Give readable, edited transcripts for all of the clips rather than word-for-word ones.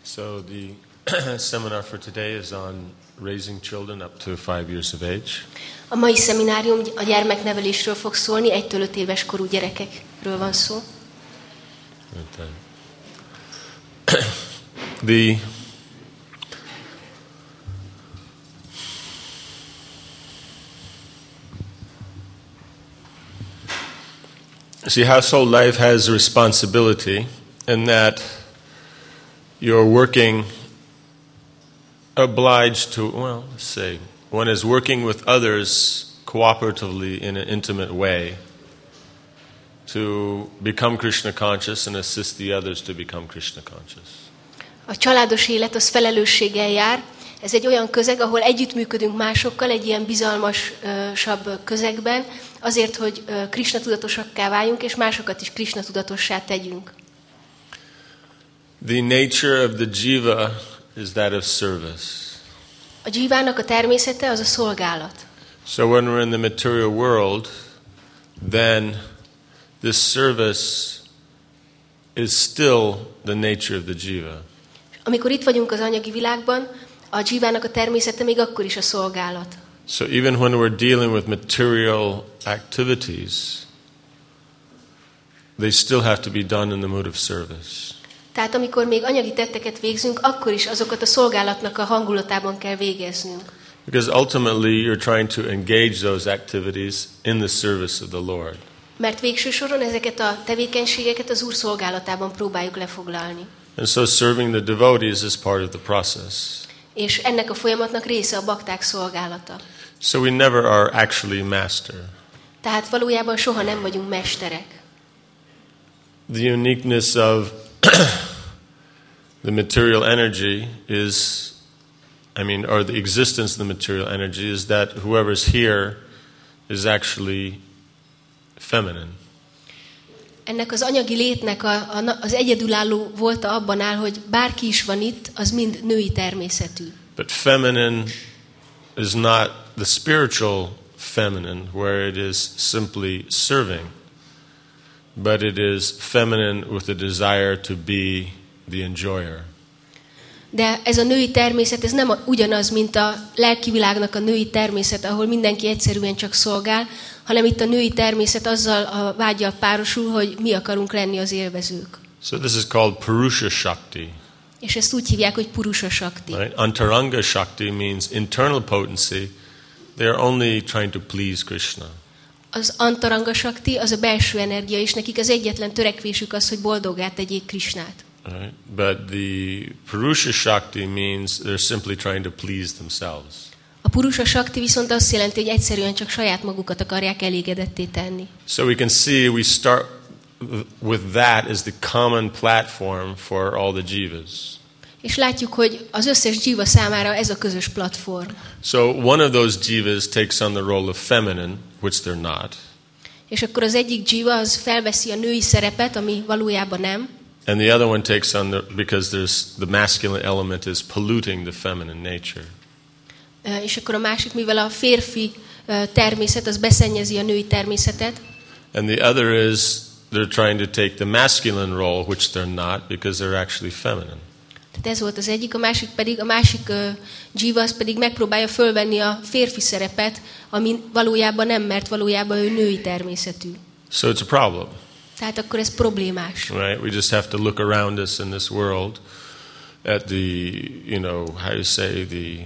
So the seminar for today is on raising children up to 5 years of age. A mai szeminárium a gyermeknevelésről fog szólni, 1-től 5 éves korú gyerekekről van szó. See, household life has a responsibility in that you're working obliged to, well, let's say, one is working with others cooperatively in an intimate way to become Krishna conscious and assist the others to become Krishna conscious. A családos élet az felelősséggel jár. Ez egy olyan közeg, ahol együttműködünk másokkal, egy ilyen bizalmasabb közegben, azért, hogy Krishna tudatosakká váljunk, és másokat is Krishna tudatossá tegyünk. The nature of the jiva is that of service. A jivának a természete az a szolgálat. So when we're in the material world, then this service is still the nature of the jiva. Amikor itt vagyunk az anyagi világban, a jivának a természete még akkor is a szolgálat. So even when we're dealing with material activities, they still have to be done in the mood of service. Tehát amikor még anyagi tetteket végzünk, akkor is azokat a szolgálatnak a hangulatában kell végeznünk. Because ultimately you're trying to engage those activities in the service of the Lord. Mert végső soron ezeket a tevékenységeket az Úr szolgálatában próbáljuk lefoglalni. And so serving the devotees is part of the process. És ennek a folyamatnak része a bakták szolgálata. So we never are actually master. Tehát valójában soha nem vagyunk mesterek. The uniqueness of the material energy is, or the existence of the material energy is that whoever's here is actually feminine. Ennek az anyagi létnek az egyedülálló volta abban áll, hogy bárki is van itt, az mind női természetű. But feminine is not the spiritual feminine, where it is simply serving, but it is feminine with a desire to be the enjoyer. De ez a női természet, ez nem ugyanaz, mint a lelki világnak a női természet, ahol mindenki egyszerűen csak szolgál, hanem itt a női természet azzal a vággyal párosul, hogy mi akarunk lenni az élvezők. So this is called Purusha Shakti. És ezt úgy hívják, hogy Purusha Shakti. Right? Antaranga Shakti means internal potency. They are only trying to please Krishna. Az Antaranga Shakti, az a belső energia, és nekik az egyetlen törekvésük az, hogy boldoggá tegyék Krishnát. Right? But the Purusha Shakti means they're simply trying to please themselves. A Purusha Shakti viszont azt jelenti, hogy egyszerűen csak saját magukat akarják elégedetté tenni. So we can see we start with that as the common platform for all the jivas. És látjuk, hogy az összes jiva számára ez a közös platform. So one of those jivas takes on the role of feminine, which they're not. És akkor az egyik jiva az felveszi a női szerepet, ami valójában nem. And the other one takes on because the masculine element is polluting the feminine nature. És akkor a másik, mivel a férfi természet az beszennyezi a női természetet. And the other is they're trying to take the masculine role, which they're not, because they're actually feminine. Tehát ez volt az egyik, a másik jiva az pedig megpróbálja fölvenni a férfi szerepet, ami valójában nem, mert valójában ő női természetű. So it's a problem. Tehát akkor ez problémás. Right? We just have to look around us in this world at the, how you say, the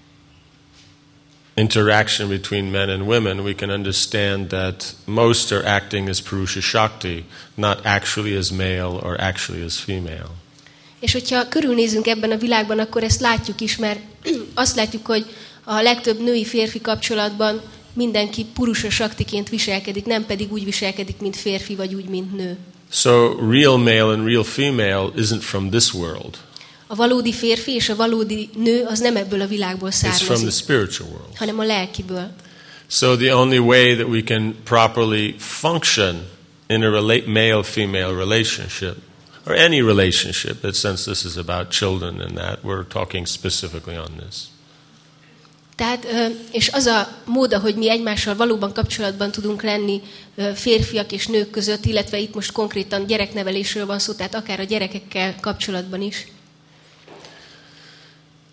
interaction between men and women. We can understand that most are acting as Purusha Shakti, not actually as male or actually as female. És hogyha körülnézünk ebben a világban, akkor ezt látjuk is, mert azt látjuk, hogy a legtöbb női-férfi kapcsolatban mindenki Purusha Shaktiként viselkedik, nem pedig úgy viselkedik, mint férfi, vagy úgy, mint nő. So real male and real female isn't from this world. A valódi férfi és a valódi nő az nem ebből a világból származik, it's from the spiritual world. hanem a lelkiből. So the only way that we can properly function in a male-female relationship, or any relationship, but since this is about children and that, we're talking specifically on this. Tehát, és az a mód, hogy mi egymással valóban kapcsolatban tudunk lenni férfiak és nők között, illetve itt most konkrétan gyereknevelésről van szó, tehát akár a gyerekekkel kapcsolatban is.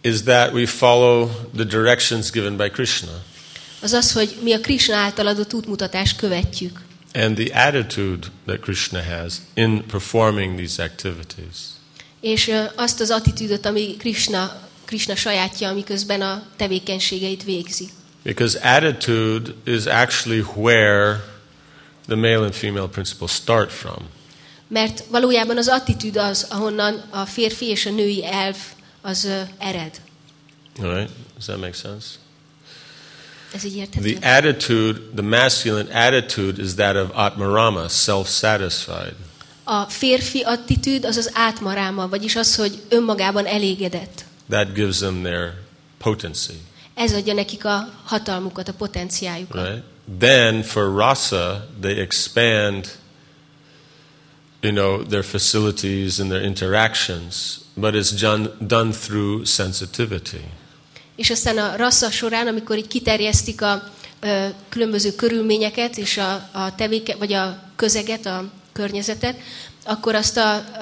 is that we follow the directions given by Krishna. Az, hogy mi a Krishna által adott útmutatást követjük. And the attitude that Krishna has in performing these activities. És azt az attitűdöt, ami Krishna sajátja, amiközben a tevékenységeit végzi. Because attitude is actually where the male and female principles start from. Mert valójában az attitűd az, ahonnan a férfi és a női elv az ered. All right? Does that make sense? Ez így érthető? The attitude, the masculine attitude is that of Atmarama, self-satisfied. A férfi attitűd az az átmaráma, vagyis az, hogy önmagában elégedett. That gives them their potency. Ez adja nekik a hatalmukat, a potenciáljukat. Right? Then for rasa, they expand, their facilities and their interactions, but it's done through sensitivity. És aztán a rassza során, amikor így kiterjesztik a különböző körülményeket és a közeget, a környezetet, akkor azt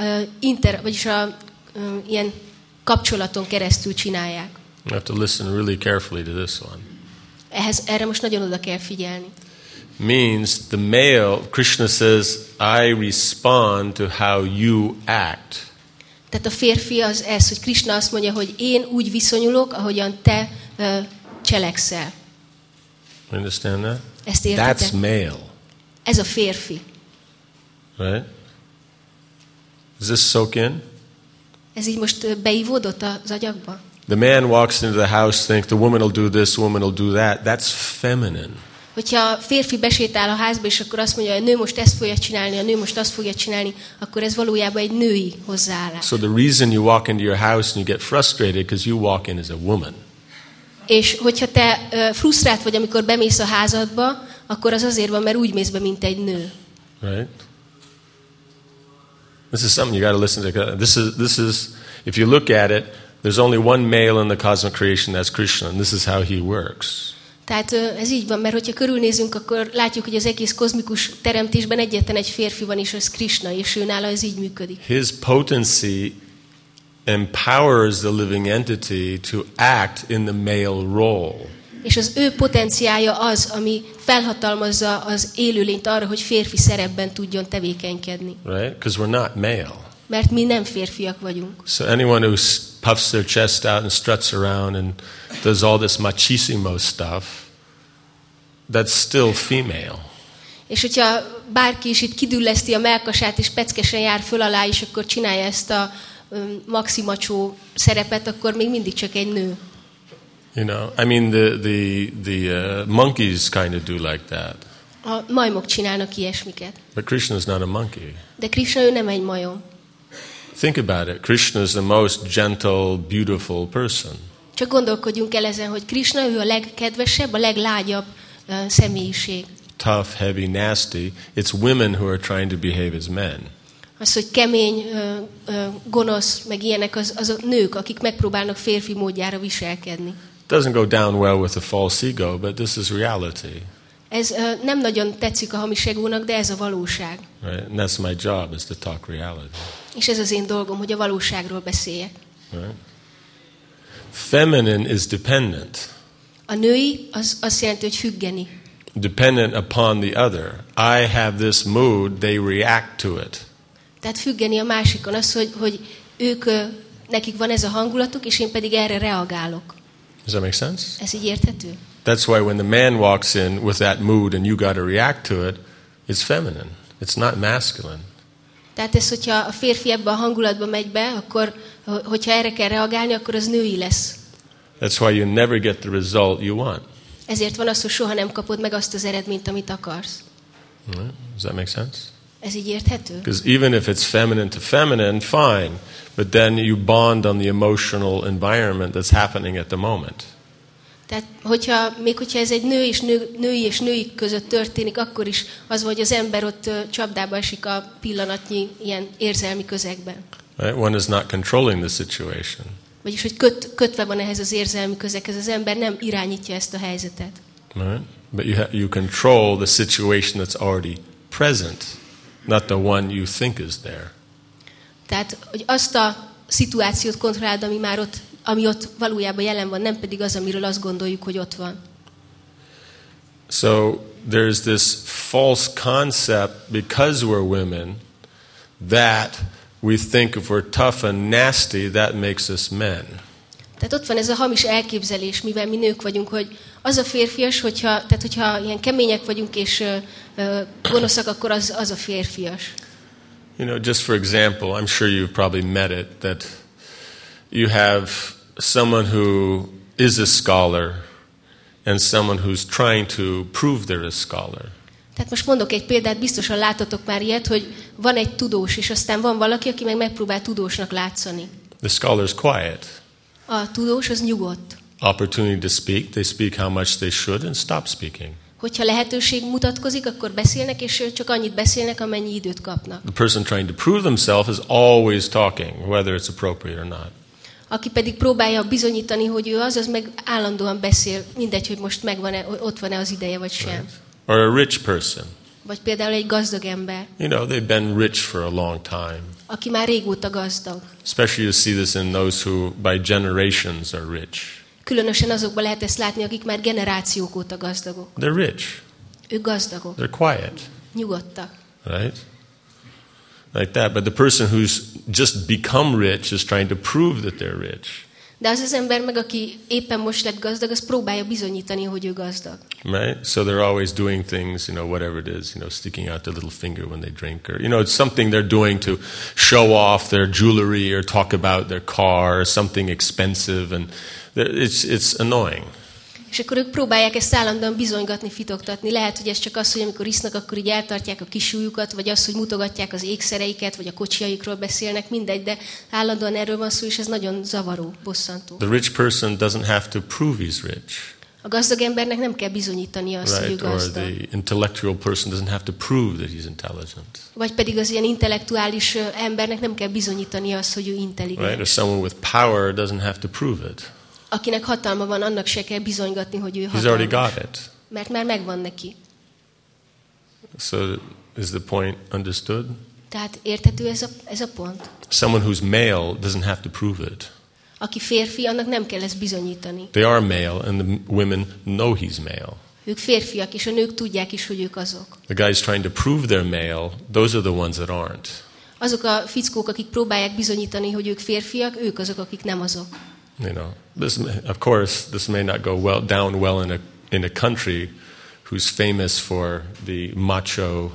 ilyen kapcsolaton keresztül csinálják. You have to listen really carefully to this one. Erre most nagyon oda kell figyelni. Means the male, Krishna says, I respond to how you act. Tehát a férfi az ez, hogy Krishna azt mondja, hogy én úgy viszonyulok, ahogyan te cselekszel. Understand that? Ezt értitek? That's male. Ez a férfi. Right? Does this soak in? Ez így most beivódott az agyakba? The man walks into the house, thinks the woman will do this, the woman will do that. That's feminine. Hogyha a férfi besétál a házba, és akkor azt mondja, hogy a nő most ezt fogja csinálni, a nő most azt fogja csinálni, akkor ez valójában egy női hozzáállás. So the reason you walk into your house and you get frustrated because you walk in as a woman. És hogyha te frusztrált vagy, amikor bemész a házadba, akkor az azért van, mert úgy mész be, mint egy nő. Right? This is something you got to listen to. This is if you look at it, there's only one male in the cosmic creation, that's Krishna, and this is how he works. Tehát ez így van, mert hogyha körülnézünk, akkor látjuk, hogy az egész kozmikus teremtésben egyetlen egy férfi van, és az Krishna, és ő nála ez így működik. His potency empowers the living entity to act in the male role. És az ő potenciája az, ami felhatalmazza az élőlényt arra, hogy férfi szerepben tudjon tevékenykedni. Right? Because we're not male. Mert mi nem férfiak vagyunk. So anyone who puffs their chest out and struts around and does all this machismo stuff, that's still female. És hogyha bárki is itt kidülleszti a melkasát, és peckesen jár föl alá, és akkor csinálja ezt a maximacsó szerepet, akkor még mindig csak egy nő. I mean the monkeys kind of do like that. A majmok csinálnak ilyesmiket. But Krishna is not a monkey. De Krishna ő nem egy majom. Think about it. Krishna is the most gentle, beautiful person. Csak gondolkodjunk el ezen, hogy Krishna ő a legkedvesebb, a leglágyabb személyiség. Tough, heavy, nasty. It's women who are trying to behave as men. Az, hogy kemény, gonosz, meg ilyenek, az a nők, akik megpróbálnak férfi módjára viselkedni. It doesn't go down well with a false ego, but this is reality. Ez nem nagyon tetszik a hamis egónak, de ez a valóság. Right? And that's my job, is to talk reality. És ez az én dolgom, hogy a valóságról beszéljek. Right? Feminine is dependent. A női az azt jelenti, hogy függeni. Dependent upon the other. I have this mood, they react to it. Tehát függeni a másikon, az, hogy ők, nekik van ez a hangulatuk, és én pedig erre reagálok. Does that make sense? Ez így érthető? That's why when the man walks in with that mood and you got to react to it, it's feminine. It's not masculine. Tehát ez, hogyha a férfi ebbe a hangulatba megy be, akkor, hogyha erre kell reagálni, akkor az női lesz. That's why you never get the result you want. Ezért van az, hogy soha nem kapod meg azt az eredményt, amit akarsz. Does that make sense? Ez így érthető? Because even if it's feminine to feminine, fine. But then you bond on the emotional environment that's happening at the moment. Tehát, még hogyha ez egy női és női között történik, akkor is az, hogy az ember ott csapdába esik a pillanatnyi ilyen érzelmi közegben. Right? One is not controlling the situation. Vagyis, hogy kötve van ehhez az érzelmi közeghez, az ember nem irányítja ezt a helyzetet. Right? But you control the situation that's already present, not the one you think is there. Tehát, hogy azt a szituációt kontrollálod, ami már ott ami ott valójában jelen van, nem pedig az, amiről azt gondoljuk, hogy ott van. So there's this false concept because we're women that we think if we're tough and nasty, that makes us men. Tehát ott van ez a hamis elképzelés, mivel mi nők vagyunk, hogy az a férfias, hogyha ilyen kemények vagyunk és gonoszak, akkor az a férfias. You know, just for example, I'm sure you've probably met it, that you have someone who is a scholar and someone who's trying to prove they're a scholar. Tehát most mondok egy példát, biztosan láttatok már ilyet, hogy van egy tudós, és aztán van valaki, aki meg megpróbál tudósnak látszani. The scholar's quiet. A tudós az nyugodt. Opportunity to speak, they speak how much they should and stop speaking. Hogyha lehetőség mutatkozik, akkor beszélnek, és csak annyit beszélnek, amennyi időt kapnak. The person trying to prove themselves is always talking, whether it's appropriate or not. Aki pedig próbálja bizonyítani, hogy ő az meg állandóan beszél, mindegy, hogy most ott van-e az ideje, vagy sem. Right. Or a rich person. Vagy például egy gazdag ember, You know, they've been rich for a long time. aki már régóta gazdag. Especially you see this in those who by generations are rich. Különösen azokban lehet ezt látni, akik már generációk óta gazdagok. They're rich. Ők gazdagok, They're quiet. nyugodtak. Right? Like that. But the person who's just become rich is trying to prove that they're rich. De az ember meg, aki éppen most lett gazdag, az próbálja bizonyítani, hogy ő gazdag. Right? So they're always doing things, whatever it is, sticking out their little finger when they drink, or, it's something they're doing to show off their jewelry or talk about their car or something expensive, and it's annoying. És akkor ők próbálják ezt állandóan bizonygatni, fitoktatni. Lehet, hogy ez csak az, hogy amikor isznak, akkor így eltartják a kisújukat, vagy az, hogy mutogatják az ékszereiket, vagy a kocsiaikról beszélnek, mindegy, de állandóan erről van szó, és ez nagyon zavaró, bosszantó. The rich person doesn't have to prove he's rich. A gazdag embernek nem kell bizonyítania azt, hogy ő Right? Or gazdag. the intellectual person doesn't have to prove that he's intelligent. Vagy pedig az ilyen intellektuális embernek nem kell bizonyítania azt, hogy ő Right? intelligens. Or someone with power doesn't have to prove it. Akinek hatalma van, annak se kell bizonygatni, hogy ő He's already hatalmas. got it. Mert már megvan neki. So is the point understood? Tehát érthető ez a pont? Someone who's male doesn't have to prove it. Aki férfi, annak nem kell ezt bizonyítani. They are male and the women know he's male. Ők férfiak, és a nők tudják is, hogy ők azok. The guys trying to prove they're male, those are the ones that aren't. Azok a fickók, akik próbálják bizonyítani, hogy ők férfiak, ők azok, akik nem azok. Of course, this may not go down well in a country who's famous for the macho,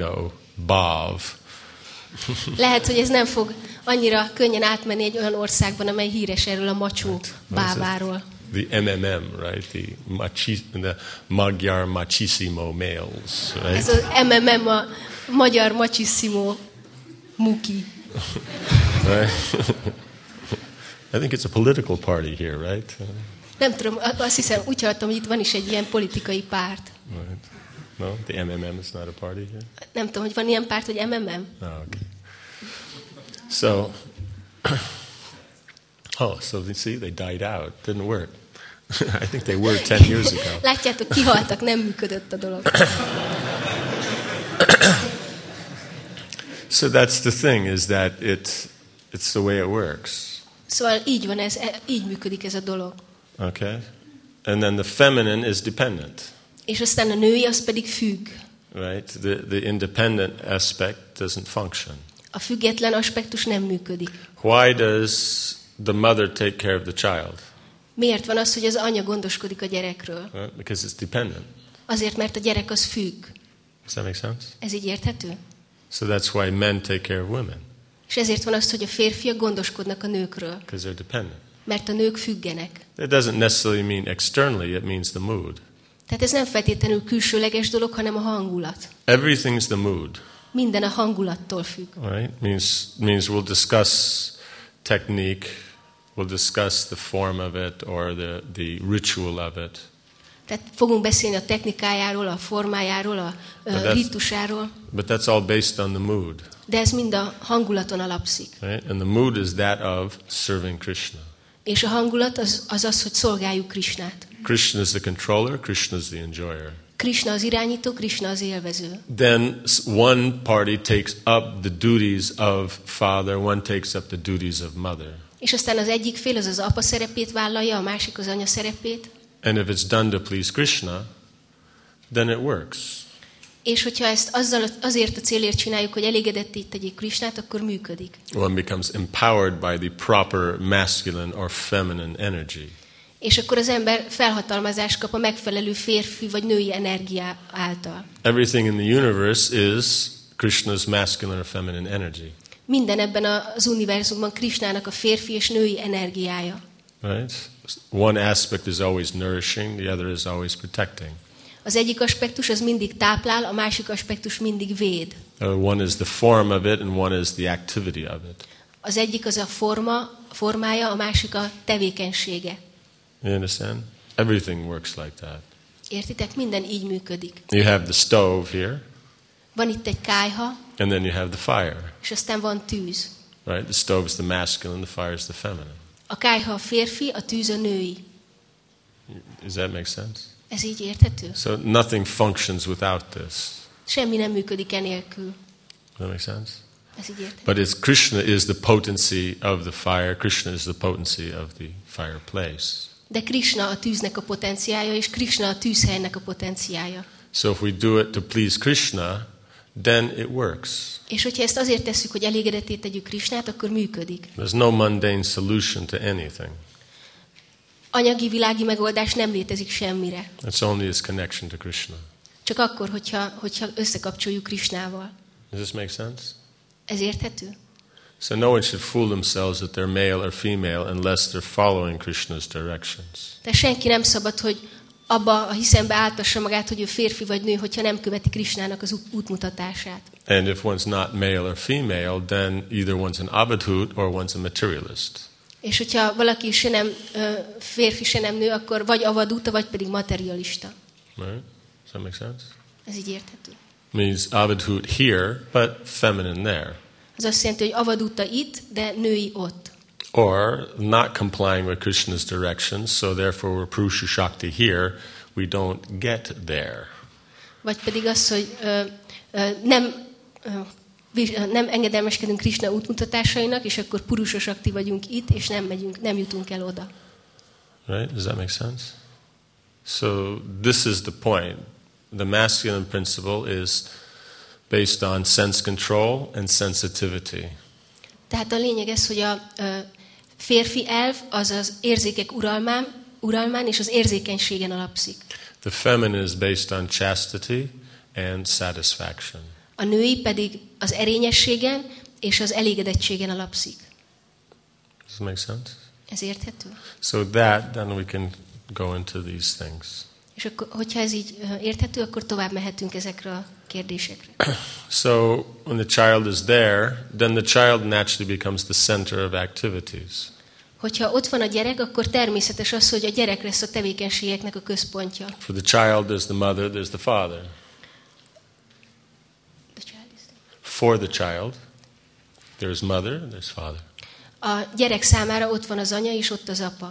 Bav. Lehet, hogy ez nem fog annyira könnyen átmenni egy olyan országban, amely híres erről a macsó báváról. The MMM, right? The Magyar Machisimo males, right? Ez az MMM, a Magyar Machisimo Muki. Right? I think it's a political party here, right? Nem tudom, azt hiszem, úgy hallottam, hogy itt van is egy ilyen politikai párt. Right. No, the MMM is not a party here. Nem tudom, hogy van ilyen párt, hogy MMM? Oh, okay. So, so you see, they died out. Didn't work. I think they were 10 years ago. Látjátok, kihaltak, nem működött a dolog. So that's the thing, is that it's the way it works. Szóval így van ez, így működik ez a dolog. Okay? And then the feminine is dependent. És aztán a női az pedig függ. Right? The independent aspect doesn't function. A független aspektus nem működik. Why does the mother take care of the child? Miért van az, hogy az anya gondoskodik a gyerekről? Right? Because it's dependent. Azért, mert a gyerek az függ. Does that make sense? Ez így érthető? So that's why men take care of women. És ezért van az, hogy a férfiak gondoskodnak a nőkről. Because they're dependent. Mert a nők függenek. That doesn't necessarily mean externally, it means the mood. Tehát ez nem feltétlenül külsőleges dolog, hanem a hangulat. Everything's the mood. Minden a hangulattól függ. Right? Means we'll discuss technique, we'll discuss the form of it or the ritual of it. Tehát fogunk beszélni a technikájáról, a formájáról, a rítusáról. But that's all based on the mood. De ez mind a hangulaton alapszik. Right? And the mood is that of serving Krishna. És a hangulat az, hogy szolgáljuk Krisnát. Krishna is the controller, Krishna is the enjoyer. Krishna az irányító, Krishna az élvező. Then one party takes up the duties of father, one takes up the duties of mother. És aztán az egyik fél az apa szerepét vállalja, a másik az anya szerepét. And if it's done to please Krishna, then it works. És hogyha ezt azért a célért csináljuk, hogy elégedetté tegyék Krisnát, akkor működik. One becomes empowered by the proper masculine or feminine energy. És akkor az ember felhatalmazást kap a megfelelő férfi vagy női energia által. Everything in the universe is Krishna's masculine or feminine energy. Minden ebben az univerzumban Krisnának a férfi és női energiája. Right? One aspect is always nourishing, the other is always protecting. Az egyik aspektus az mindig táplál, a másik aspektus mindig véd. One is the form of it and one is the activity of it. Az egyik az a formája, a másik a tevékenysége. You understand? Everything works like that. Értitek? Minden így működik. You have the stove here, Van itt egy kályha, and then you have the fire. és aztán van tűz. Right? The stove is the masculine, the fire is the feminine. A kályha a férfi, a tűz a női. Does that make sense? Ez így érthető? So nothing functions without this. Semmi nem működik enélkül. Does that make sense? Ez így érthető. But it's Krishna is the potency of the fire. Krishna is the potency of the fireplace. De Krishna a tűznek a potenciája, és Krishna a tűzhelynek a potenciája. So if we do it to please Krishna, then it works. És hogyha ezt azért tesszük, hogy elégedetté tegyük Krisnát, akkor működik. There's no mundane solution to anything. Anyagi, világi megoldás nem létezik semmire. It's only his connection to Krishna. Csak akkor, hogyha összekapcsoljuk Krisnával. Does this make sense? Ez érthető? So no one should fool themselves that they're male or female unless they're following Krishna's directions. Tehát senki nem szabad, hogy abba a hiszembe áltassa magát, hogy ő férfi vagy nő, hogyha nem követi Krisnának az útmutatását. And if one's not male or female, then either one's an avadhut or one's a materialist. És hogyha valaki se nem férfi, se nem nő, akkor vagy avaduta, vagy pedig materialista. Right? Does that make sense? Ez így érthető. Means avadhut here, but feminine there. Ez azt jelenti, hogy avaduta itt, de női ott. Or not complying with Krishna's directions, so therefore we're Purusha Shakti here, we don't get there. Vagy pedig az, hogy nem engedelmeskedünk Krishna útmutatásainak, és akkor Purusha Shakti vagyunk itt, és nem jutunk el oda. Right? Does that make sense? So this is the point. The masculine principle is based on sense control and sensitivity. Tehát a lényeg ez, hogy a férfi elv az az érzékek uralmán és az érzékenységen alapszik. The feminine is based on chastity and satisfaction. A női pedig az erényességen és az elégedettségen alapszik. Does it make sense? Ez érthető? So then we can go into these things. És akkor, hogyha ez így érthető, akkor tovább mehetünk ezekre a kérdésekre. So when the child is there, then the child naturally becomes the center of activities. Hogyha ott van a gyerek, akkor természetes az, hogy a gyerek lesz a tevékenységeknek a központja. For the child, there's the mother, there's the father. For the child, there's mother, there's father. A gyerek számára ott van az anya, és ott az apa.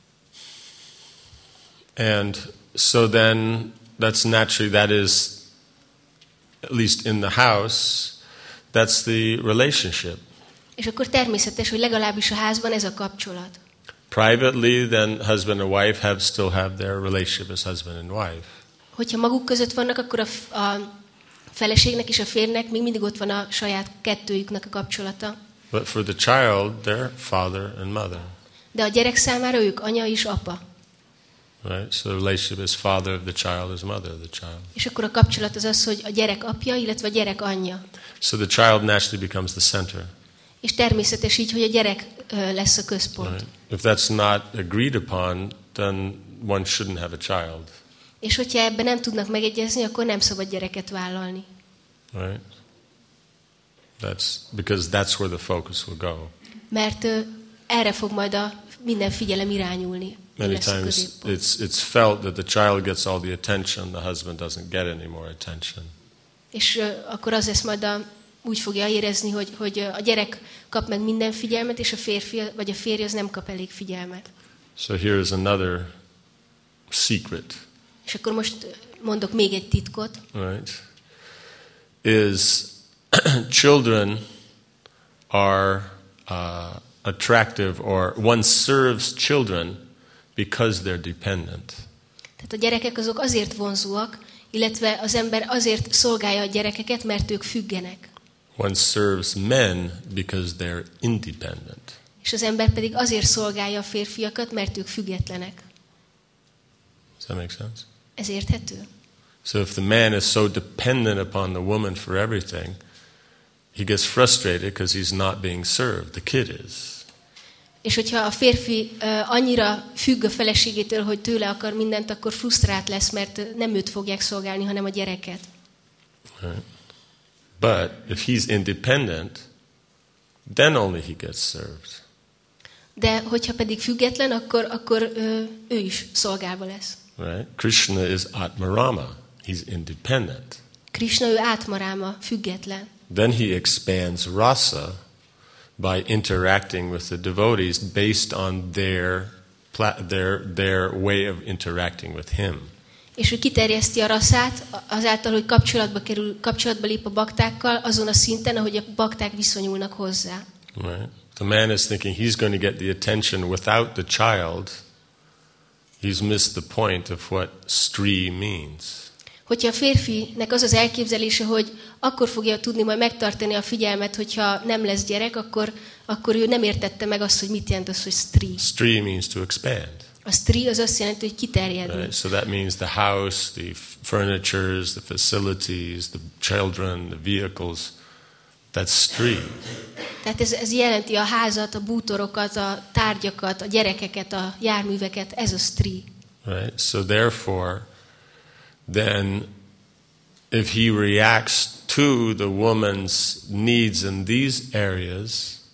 And so then that's naturally, that is, at least in the house, that's the relationship. És akkor természetes, hogy legalábbis a házban ez a kapcsolat. Privately, then husband and wife still have their relationship as husband and wife. Hogyha maguk között vannak, akkor a feleségnek és a férnek még mindig ott van a saját kettőjüknek a kapcsolata. But for the child, they're father and mother. De a gyerek számára ők anya és apa. Right? So the relationship is father of the child is mother of the child. És akkor a kapcsolat az az, hogy a gyerek apja, illetve a gyerek anyja. So the child naturally becomes the center. És természetes így, hogy a gyerek lesz a központ. Right? If that's not agreed upon, then one shouldn't have a child. És hogyha ebben nem tudnak megegyezni, akkor nem szabad gyereket vállalni. Right? Because that's where the focus will go. Mert erre fog majd minden figyelem irányulni. Many times it's felt that the child gets all the attention, the husband doesn't get any more attention. És akkor az lesz majd úgy fogja érezni, hogy a gyerek kap meg minden figyelmet, és a férfi vagy a férj az nem kap elég figyelmet. So here's another secret. És akkor most mondok még egy titkot. Right? Is children are attractive, or one serves children because they're dependent. Tehát a gyerekek azok azért vonzóak, illetve az ember azért szolgálja a gyerekeket, mert ők függenek. One serves men because they're independent. És az ember pedig azért szolgálja a férfiakat, mert ők függetlenek. Does that make sense? Ez érthető? So if the man is so dependent upon the woman for everything, he gets frustrated because he's not being served. The kid is. És hogyha a férfi annyira függ a feleségétől, hogy tőle akar mindent, akkor frusztrált lesz, mert nem őt fogják szolgálni, hanem a gyereket. Right. But if he's independent, then only he gets served. De hogyha pedig független, akkor ő is szolgálva lesz. Right? Krishna is Atmarama. He's independent. Krishna ő átmaráma, független. Then he expands rasa by interacting with the devotees based on their way of interacting with him. És ő kiterjeszti a rasszát azáltal, hogy kapcsolatba lép a baktákkal azon a szinten, ahogy a bakták viszonyulnak hozzá. Right? The man is thinking he's going to get the attention without the child. He's missed the point of what stri means. Hogyha a férfinek az az elképzelése, hogy akkor fogja tudni majd megtartani a figyelmet, hogyha nem lesz gyerek, akkor ő nem értette meg azt, hogy mit jelent az, hogy stri. Stri means to expand. A stri az azt jelenti, hogy kiterjedni. Right? So that means the house, the furnitures, the facilities, the children, the vehicles. That's stri. Tehát ez jelenti a házat, a bútorokat, a tárgyakat, a gyerekeket, a járműveket. Ez a stri. Right? So therefore, then if he reacts to the woman's needs in these areas,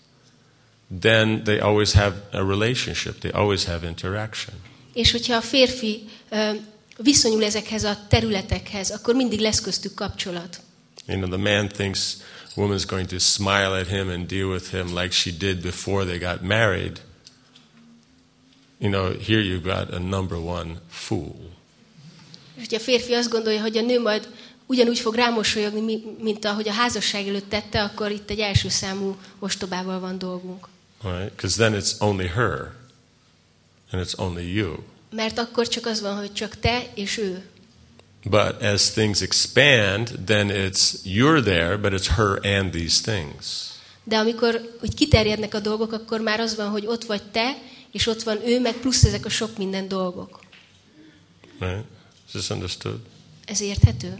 then they always have a relationship. They always have interaction. És hogyha a férfi viszonyul ezekhez a területekhez, akkor mindig lesz köztük kapcsolat. You know, the man thinks woman's going to smile at him and deal with him like she did before they got married. You know, here you've got a number one fool. És hogyha a férfi azt gondolja, hogy a nő majd ugyanúgy fog rámosolyogni, mint ahogy a házasság előtt tette, akkor itt egy első számú ostobával van dolgunk. Right? Because then it's only her and it's only you. Mert akkor csak az van, hogy csak te és ő. But as things expand, then it's you're there, but it's her and these things. De amikor úgy kiterjednek a dolgok, akkor már az van, hogy ott vagy te, és ott van ő, meg plusz ezek a sok minden dolgok. Right? Is this understood? Ez érthető?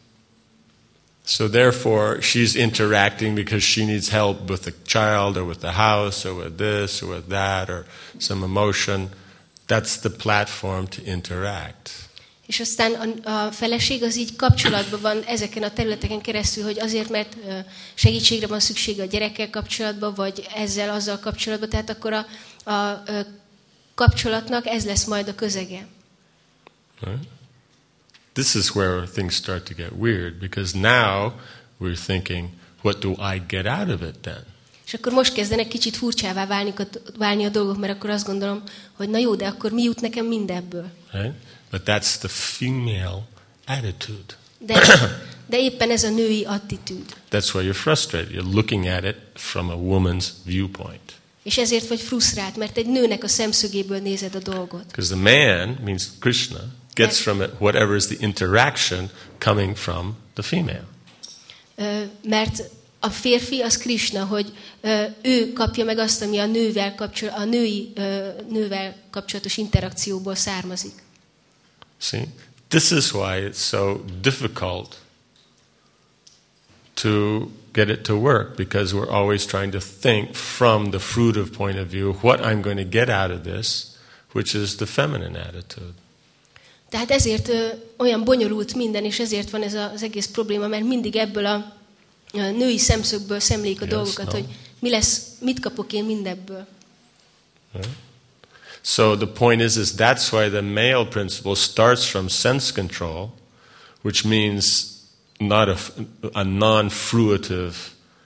So therefore, she's interacting because she needs help with the child or with the house or with this or with that or some emotion. That's the platform to interact. És aztán a feleség az így kapcsolatban van ezeken a területeken keresztül, hogy azért, mert segítségre van szüksége a gyerekkel kapcsolatban, vagy azzal kapcsolatban, tehát akkor a kapcsolatnak ez lesz majd a közege. Right? This is where things start to get weird, because now we're thinking, what do I get out of it then? És akkor most kezdenek kicsit furcsává válni a dolgok, mert akkor azt gondolom, hogy na jó, de akkor mi jut nekem mindebből? Right? But that's the female attitude. De éppen ez a női attitűd. That's why you're frustrated. You're looking at it from a woman's viewpoint. És ezért vagy frusztrált, mert egy nőnek a szemszögéből nézed a dolgot. Because the man, means Krishna, gets from it whatever is the interaction coming from the female. Mert a férfi az Krishna, hogy ő kapja meg azt, ami a nővel kapcsolatos interakcióból származik. See, this is why it's so difficult to get it to work, because we're always trying to think from the fruitive point of view what I'm going to get out of this, which is the feminine attitude. Tehát ezért olyan bonyolult minden, és ezért van ez az egész probléma, mert mindig ebből a női szemszögből szemlélik a dolgokat, hogy mit kapok én mindebből. Right? So the point is that's why the male principle starts from sense control, which means not a non-fruitive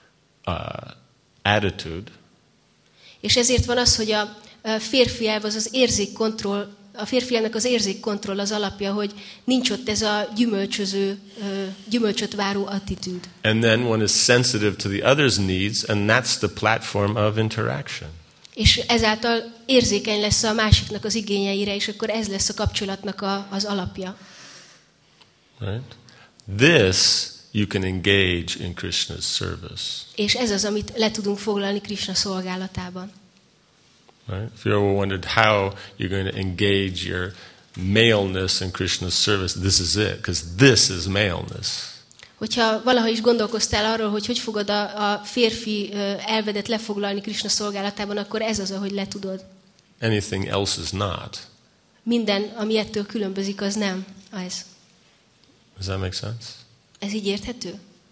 attitude. És ezért van az, hogy a férfi elv az érzékkontroll, a férfiának az érzékkontroll az alapja, hogy nincs ott ez a gyümölcsöt váró attitűd. And then one is sensitive to the other's needs, and that's the platform of interaction. És ezáltal érzékeny lesz a másiknak az igényeire, és akkor ez lesz a kapcsolatnak az alapja. Right? This you can engage in Krishna's service. És ez az, amit le tudunk foglalni Krishna szolgálatában. Right? If you ever wondered how you're going to engage your maleness in Krishna's service, this is it, because this is maleness. Hogyha valaha is gondolkoztál arról, hogy fogod a férfi elvedet lefoglalni Krishna szolgálatában, akkor ez az, ahogy le tudod. Anything else is not. Minden, ami ettől különbözik, az nem ez. Does that make sense? Ez így érthető?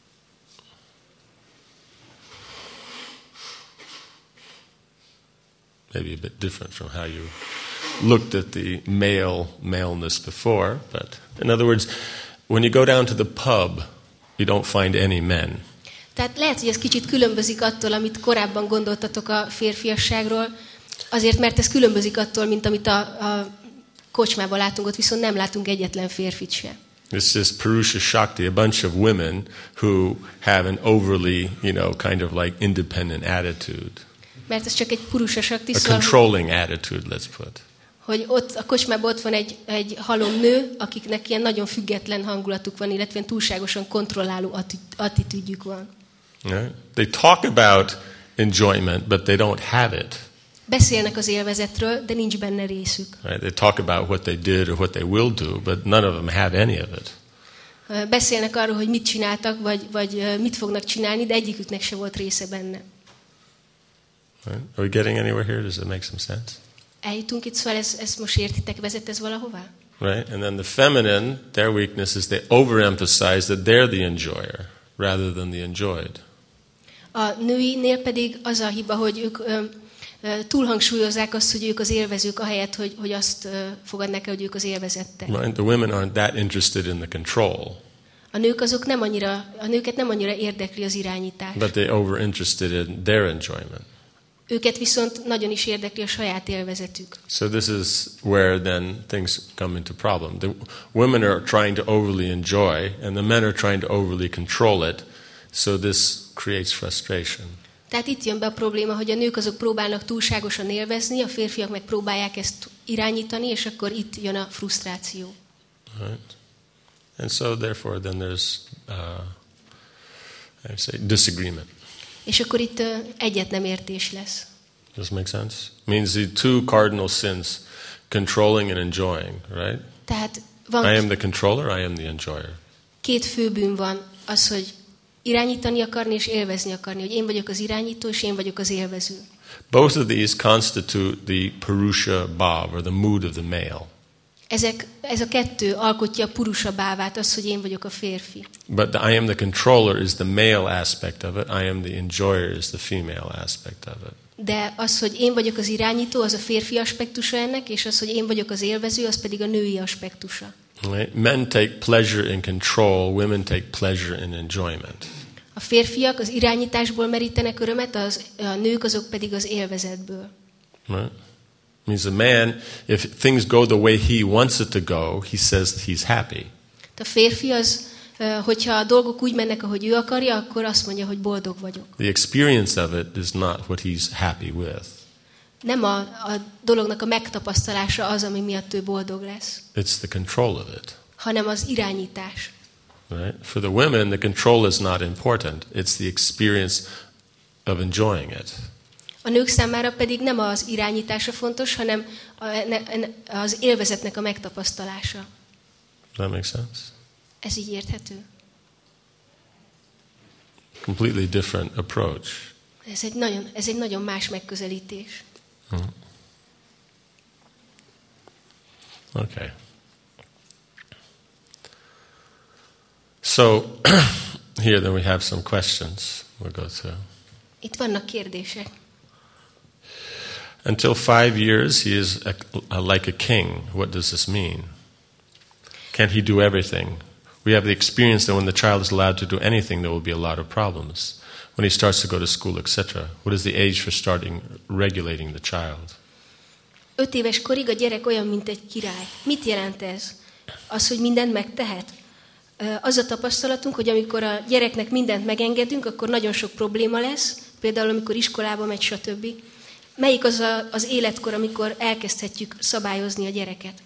Maybe a bit different from how you looked at the maleness before, but in other words, when you go down to the pub, you don't find any men. Tehát lehet, hogy ez kicsit különbözik attól, amit korábban gondoltatok a férfiasságról, azért, mert ez különbözik attól, mint amit a kocsmában látunk, ott viszont nem látunk egyetlen férfit se. This is Purusha Shakti, a bunch of women who have an overly, kind of like independent attitude. Mert ez csak egy Purusha Shakti, A controlling attitude, let's put. Hogy ott a kocsmában ott van egy halom nő, akiknek ilyen nagyon független hangulatuk van, illetve túlságosan kontrolláló attitűdjük van. Right? They talk about enjoyment, but they don't have it. Beszélnek az élvezetről, de nincs benne részük. Right? They talk about what they did or what they will do, but none of them have any of it. Beszélnek arról, hogy mit csináltak, vagy mit fognak csinálni, de egyiküknek se volt része benne. Right? Are we getting anywhere here? Does it make some sense? Eljutunk itt, szóval ezt most értitek, vezet ez valahová? Right? And then the feminine, their weakness is they overemphasize that they're the enjoyer rather than the enjoyed. A nőinél pedig az a hiba, hogy ők túlhangsúlyozzák azt, hogy ők az élvezők, ahelyett, hogy azt fogadnák el, hogy ők az élvezettek. Right? The women aren't that interested in the control. A nőket nem annyira érdekli az irányítás. But they over-interested in their enjoyment. Őket viszont nagyon is érdekli a saját élvezetük. So this is where then things come into problem. The women are trying to overly enjoy, and the men are trying to overly control it. So this creates frustration. Tehát itt jön be a probléma, hogy a nők azok próbálnak túlságosan élvezni, a férfiak meg próbálják ezt irányítani, és akkor itt jön a frusztráció. Right? And so therefore then there's disagreement. És akkor itt egyet nem értés lesz. Does this make sense? It means the two cardinal sins, controlling and enjoying, right? Tehát I am the controller, I am the enjoyer. Két fő bűn van, az, hogy irányítani akarni és élvezni akarni, hogy én vagyok az irányító és én vagyok az élvező. Both of these constitute the Purusha Bhav, or the mood of the male. Ez a kettő alkotja a Purusha bhávát, az, hogy én vagyok a férfi. But the I am the controller is the male aspect of it. I am the enjoyer is the female aspect of it. De az, hogy én vagyok az irányító, az a férfi aspektusa ennek, és az, hogy én vagyok az élvező, az pedig a női aspektusa. Right? Men take pleasure in control, women take pleasure in enjoyment. A férfiak az irányításból merítenek örömet, a nők azok pedig az élvezetből. Right? Means a man, if things go the way he wants it to go, he says he's happy. A férfi az, hogyha a dolgok úgy mennek, ahogy ő akarja, akkor azt mondja, hogy boldog vagyok. The experience of it is not what he's happy with. Nem a dolognak a megtapasztalása az, ami miatt ő boldog lesz. It's the control of it. Hanem az irányítás. Right? For the women, the control is not important. It's the experience of enjoying it. A nők számára pedig nem az irányítása fontos, hanem az élvezetnek a megtapasztalása. Does that make sense? Ez így érthető? Completely different approach. Ez egy nagyon más megközelítés. Okay. So here then we have some questions we'll go through. Itt vannak kérdések. Until 5 years he is like a king. What does this mean? Can he do everything? We have the experience that when the child is allowed to do anything, there will be a lot of problems. When he starts to go to school, etc. What is the age for starting regulating the child? 5 éves korig a gyerek olyan, mint egy király. Mit jelent ez? Az, hogy mindent megtehet? Az a tapasztalatunk, hogy amikor a gyereknek mindent megengedünk, akkor nagyon sok probléma lesz, például amikor iskolába megy, stb. Melyik az az életkor, amikor elkezdhetjük szabályozni a gyereket?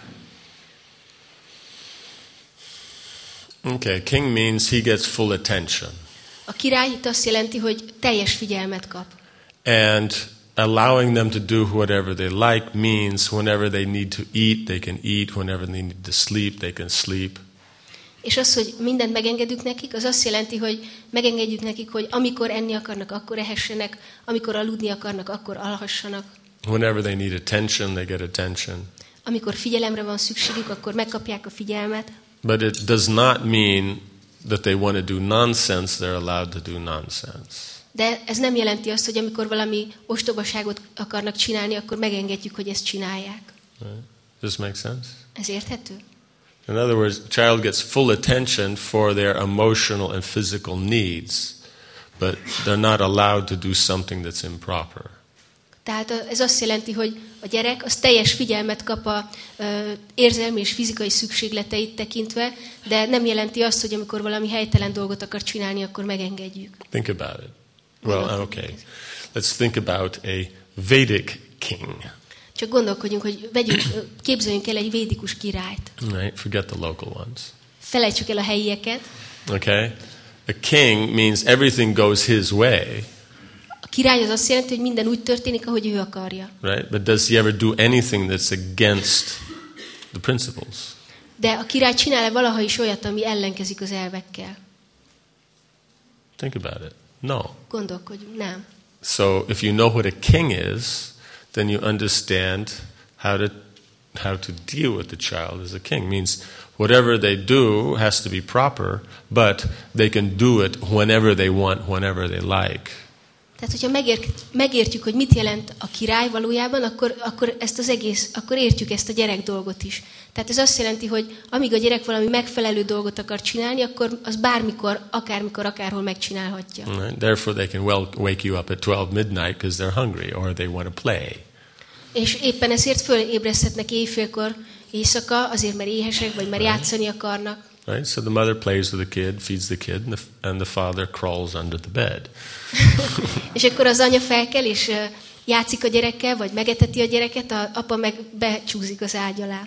Okay, king means he gets full attention. A király itt azt jelenti, hogy teljes figyelmet kap. And allowing them to do whatever they like means whenever they need to eat, they can eat. Whenever they need to sleep, they can sleep. És az, hogy mindent megengedünk nekik, az azt jelenti, hogy megengedjük nekik, hogy amikor enni akarnak, akkor ehessenek, amikor aludni akarnak, akkor alhassanak. Whenever they need attention, they get attention. Amikor figyelemre van szükségük, akkor megkapják a figyelmet. But it does not mean that they want to do nonsense, they're allowed to do nonsense. De ez nem jelenti azt, hogy amikor valami ostobaságot akarnak csinálni, akkor megengedjük, hogy ezt csinálják. Right? Does this make sense? Ez érthető? In other words, a child gets full attention for their emotional and physical needs, but they're not allowed to do something that's improper. Tehát ez azt jelenti, hogy a gyerek az teljes figyelmet kap a érzelmi és fizikai szükségleteit tekintve, de nem jelenti azt, hogy amikor valami helytelen dolgot akar csinálni, akkor megengedjük. Think about it. Well, okay. Let's think about a Vedic king. Csak gondolkodjunk, hogy képzeljünk el egy védikus királyt. Right? Forget the local ones. Felejtsük el a helyieket. Okay? A king means everything goes his way. A király az azt jelenti, hogy minden úgy történik, ahogy ő akarja. Right? But does he ever do anything that's against the principles? De a király csinál-e valaha is olyat, ami ellenkezik az elvekkel? Think about it. No. Gondolkodjunk, nem. So if you know what a king is, then you understand how to deal with the child as a king. Means whatever they do has to be proper, but they can do it whenever they want, whenever they like. Tehát, hogyha megértjük, hogy mit jelent a király valójában, akkor értjük ezt a gyerek dolgot is. Tehát ez azt jelenti, hogy amíg a gyerek valami megfelelő dolgot akar csinálni, akkor az bármikor, akárhol megcsinálhatja. Right? Therefore they can wake you up at 12 midnight because they're hungry or they want to play. És éppen ezért fölébreszthetnek éjfélkor, éjszaka, azért mert éhesek, vagy mert játszani akarnak. Right? So the mother plays with the kid, feeds the kid, and the father crawls under the bed. És akkor az anya felkel, és játszik a gyerekkel, vagy megeteti a gyereket, az apa meg becsúszik az ágy alá.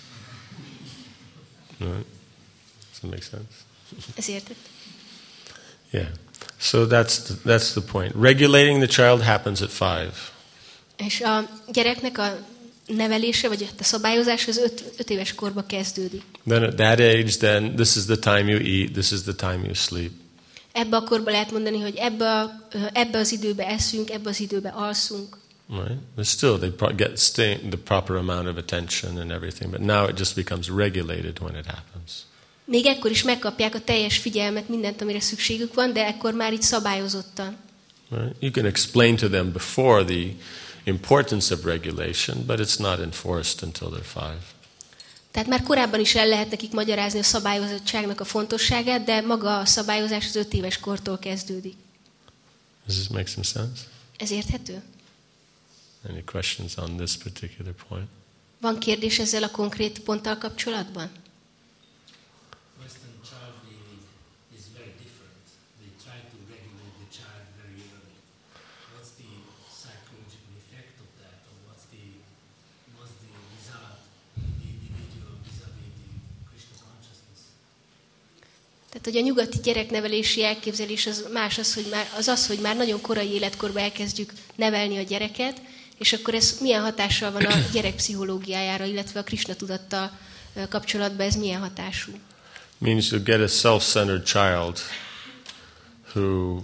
Right? Does that make sense? Ez érted? Yeah. So that's the point. Regulating the child happens at 5. És a gyereknek a nevelése, vagy a szabályozás az 5 éves korba kezdődik. Then at that age, then this is the time you eat, this is the time you sleep. Ebbe a korba lehet mondani, hogy ebbe az időbe eszünk, ebbe az időbe alszunk. Right? But still, they get the proper amount of attention and everything. But now it just becomes regulated when it happens. Még ekkor is megkapják a teljes figyelmet, mindent, amire szükségük van, de ekkor már így szabályozottan. Right? You can explain to them before the importance of regulation, but it's not enforced until they're 5. Tehát már korábban is el lehet nekik magyarázni a szabályozottságnak a fontosságát, de maga a szabályozás az 5 éves kortól kezdődik. Does this make some sense? Ez érthető? Any questions on this particular point? Van kérdés ezzel a konkrét ponttal kapcsolatban? Western child rearing is very different. They try to regulate the child very early. What's the psychological effect of that, or what's the result in the individual vis-a-vis the Krishna consciousness? Tehát, hogy a nyugati gyereknevelési elképzelés az más, hogy már nagyon korai életkorban elkezdjük nevelni a gyereket, és akkor ez milyen hatással van a gyerek pszichológiájára, illetve a Krishna tudattal kapcsolatban ez milyen hatású? Means to get a self-centered child who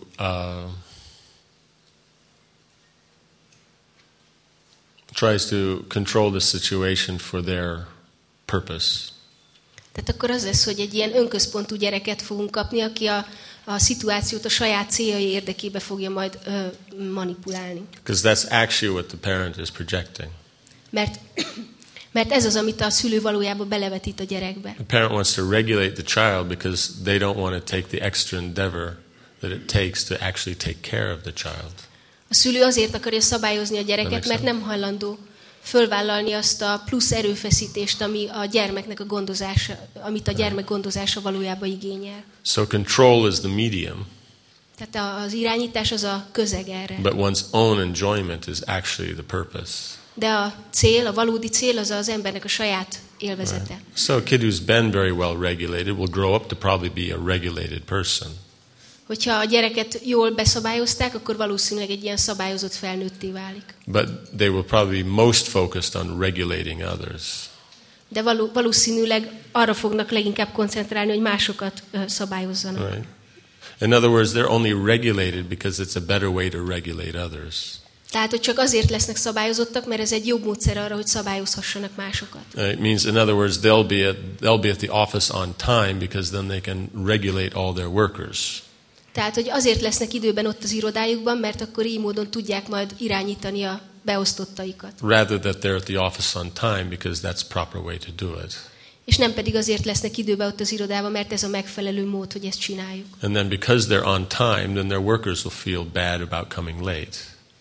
tries to control the situation for their purpose. Tehát akkor az lesz, hogy egy ilyen önközpontú gyereket fogunk kapni, aki a szituációt a saját céljai érdekébe fogja majd manipulálni. Because that's actually what the parent is projecting. Mert ez az, amit a szülő valójában belevetít a gyerekbe. The parent wants to regulate the child because they don't want to take the extra endeavor that it takes to actually take care of the child. A szülő azért akarja szabályozni a gyereket, mert nem hajlandó fölvállalni azt a plusz erőfeszítést, ami a gyermeknek a gondozása, amit a gyermek gondozása valójában igényel. So control is the medium. Tehát az irányítás az a közeg erre. But one's own enjoyment is actually the purpose. De a cél, a valódi cél az az embernek a saját élvezete. Right. So a kid who's been very well regulated will grow up to probably be a regulated person. Hogyha a gyereket jól beszabályozták, akkor valószínűleg egy ilyen szabályozott felnőtté válik. But they will probably be most focused on regulating others. De valószínűleg arra fognak leginkább koncentrálni, hogy másokat szabályozzanak. Right. In other words, they're only regulated because it's a better way to regulate others. Tehát, hogy csak azért lesznek szabályozottak, mert ez egy jobb módszer arra, hogy szabályozhassanak másokat. It means, in other words, they'll be at the office on time because then they can regulate all their workers. Tehát, hogy azért lesznek időben ott az irodájukban, mert akkor így módon tudják majd irányítani a beosztottaikat. Rather that they're at the office on time because that's proper way to do it. És nem pedig azért lesznek időben ott az irodában, mert ez a megfelelő mód, hogy ezt csináljuk. And then because they're on time, then their workers will feel bad about coming late.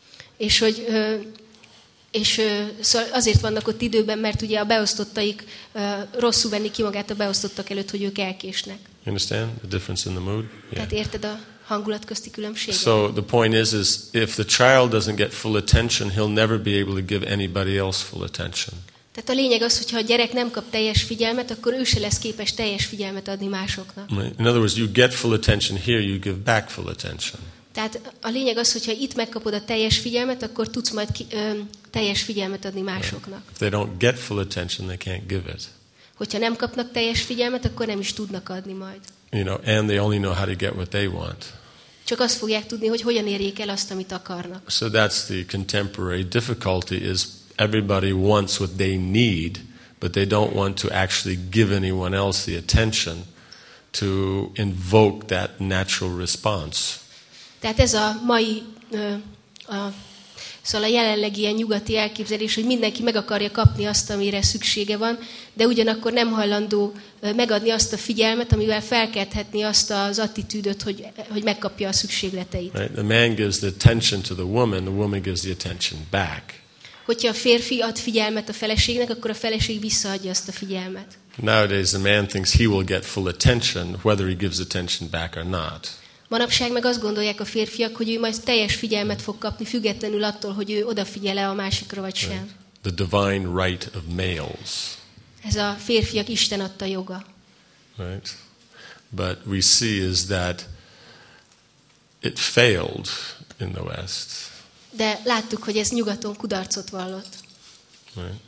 Szóval azért vannak ott időben, mert ugye a beosztottaik rosszul venni ki magát a beosztottak előtt, hogy ők elkésnek. You understand the difference in the mood? Yeah. Tehát érted a hangulat közti különbséget? So the point is if the child doesn't get full attention, he'll never be able to give anybody else full attention. Tehát a lényeg az, hogy ha a gyerek nem kap teljes figyelmet, akkor ő se lesz képes teljes figyelmet adni másoknak. In other words, you get full attention here, you give back full attention. Tehát a lényeg az, hogy ha itt megkapod a teljes figyelmet, akkor tudsz majd teljes figyelmet adni másoknak. If they don't get full attention, they can't give it. Hogyha nem kapnak teljes figyelmet, akkor nem is tudnak adni majd. You know, and they only know how to get what they want. Csak azt fogják tudni, hogy hogyan érjék el azt, amit akarnak. So that's the contemporary difficulty is everybody wants what they need, but they don't want to actually give anyone else the attention to invoke that natural response. Tehát ez a mai, szóval a jelenlegi ilyen nyugati elképzelés, hogy mindenki meg akarja kapni azt, amire szüksége van, de ugyanakkor nem hajlandó megadni azt a figyelmet, amivel felkelthetni azt az attitűdöt, hogy megkapja a szükségleteit. Right? The man gives the attention to the woman gives the attention back. Hogyha a férfi ad figyelmet a feleségnek, akkor a feleség visszaadja azt a figyelmet. Nowadays the man thinks he will get full attention whether he gives attention back or not. Manapság meg azt gondolják a férfiak, hogy ő majd teljes figyelmet fog kapni, függetlenül attól, hogy ő odafigyel-e a másikra vagy sem. Right. The divine right of males. Ez a férfiak Isten adta joga. Right? But we see is that it failed in the West. De láttuk, hogy ez nyugaton kudarcot vallott. Right?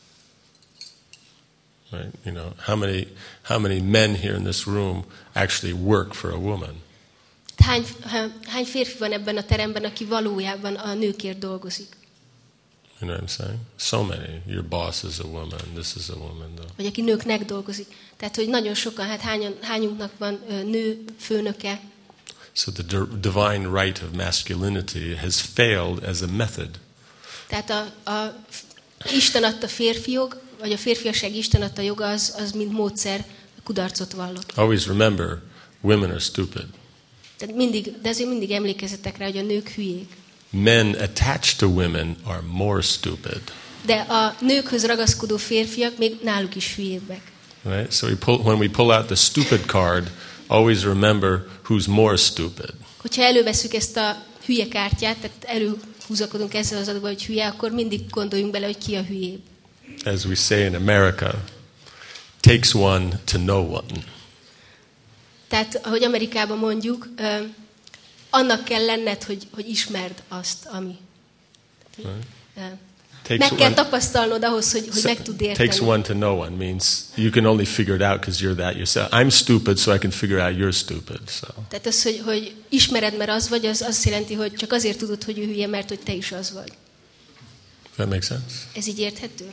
Right? You know, how many men here in this room actually work for a woman? Hány férfi van ebben a teremben, aki valójában a nőkért dolgozik? You know what I'm saying? So many. Your boss is a woman. This is a woman, though. Vagy aki nőknek dolgozik. Tehát, hogy nagyon sokan, hát hányunknak van nő főnöke. So the divine right of masculinity has failed as a method. Tehát a Isten adta férfi jog, vagy a férfiasság Isten adta joga, az mint módszer kudarcot vallott. Always remember, women are stupid. Tehát de azért mindig emlékezzetek rá, hogy a nők hülyék. Men attached to women are more stupid. De a nőkhöz ragaszkodó férfiak még náluk is hülyébbek. Right? So when we pull out the stupid card, always remember who's more stupid. Hogyha előveszük ezt a hülye kártyát, tehát előhúzakodunk ezzel az adatban, hogy hülye, akkor mindig gondoljunk bele, hogy ki a hülyébb. As we say in America, takes one to know one. Tehát, ahogy Amerikában mondjuk, annak kell lenned, hogy ismerd azt, ami. Meg kell tapasztalnod ahhoz, hogy meg tud érteni. Takes one to know one means you can only figure it out because you're that yourself. I'm stupid, so I can figure out you're stupid. So. Tehát az, hogy ismered, mert az vagy, az azt jelenti, hogy csak azért tudod, hogy ő hülye, mert hogy te is az vagy. That makes sense? Ez így érthető?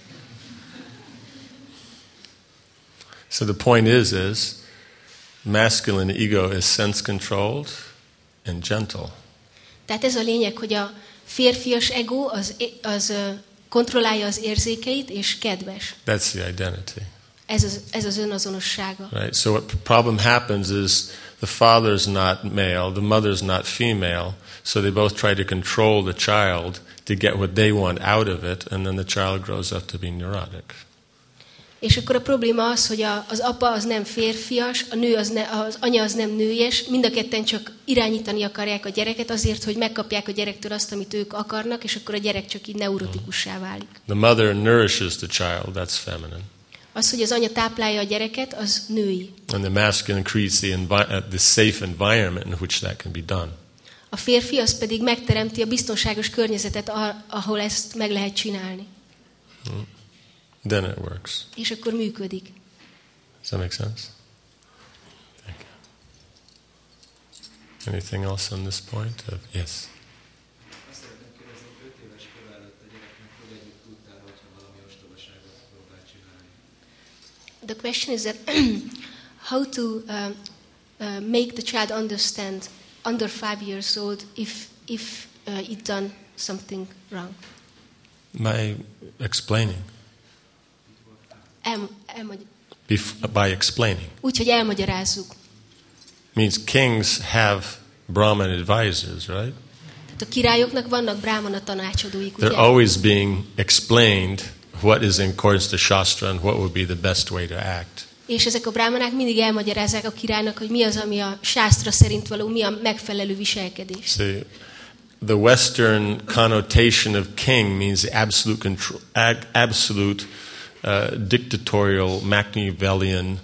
So the point is masculine ego is sense-controlled and gentle. Tehát ez a lényeg, hogy a férfias ego az kontrollálja az érzékeit és kedves. That's the identity. Ez az önazonossága. Right. So what problem happens is the father's not male, the mother's not female, so they both try to control the child to get what they want out of it, and then the child grows up to be neurotic. És akkor a probléma az, hogy az apa az nem férfias, az anya az nem nőies, mind a ketten csak irányítani akarják a gyereket azért, hogy megkapják a gyerektől azt, amit ők akarnak, és akkor a gyerek csak így neurotikussá válik. The mother nourishes the child, that's feminine. Az, hogy az anya táplálja a gyereket, az női. And the masculine creates the safe environment in which that can be done. A férfi az pedig megteremti a biztonságos környezetet, ahol ezt meg lehet csinálni. Then it works. És akkor működik. Does that make sense? Thank you. Anything else on this point? Yes. Azt szeretném kérdezni, 5 éves kor előtt a gyereknek hogy együtt tudtál, hogyha valami ostobaságot próbál csinálni? The question is that how to make the child understand under 5 years old if it done something wrong. By explaining. By explaining. Úgy, hogy elmagyarázzuk. Means kings have Brahman advisors, right? Tehát a királyoknak vannak brahmana tanácsadóik, ugye? They're always being explained what is in accordance to Shastra and what would be the best way to act. És ezek a brahmanák mindig elmagyarázzák a királynak, hogy mi az, ami a sásztra szerint való, mi a megfelelő viselkedés. See, the Western connotation of king means the absolute control, absolute dictatorial, Machiavellian,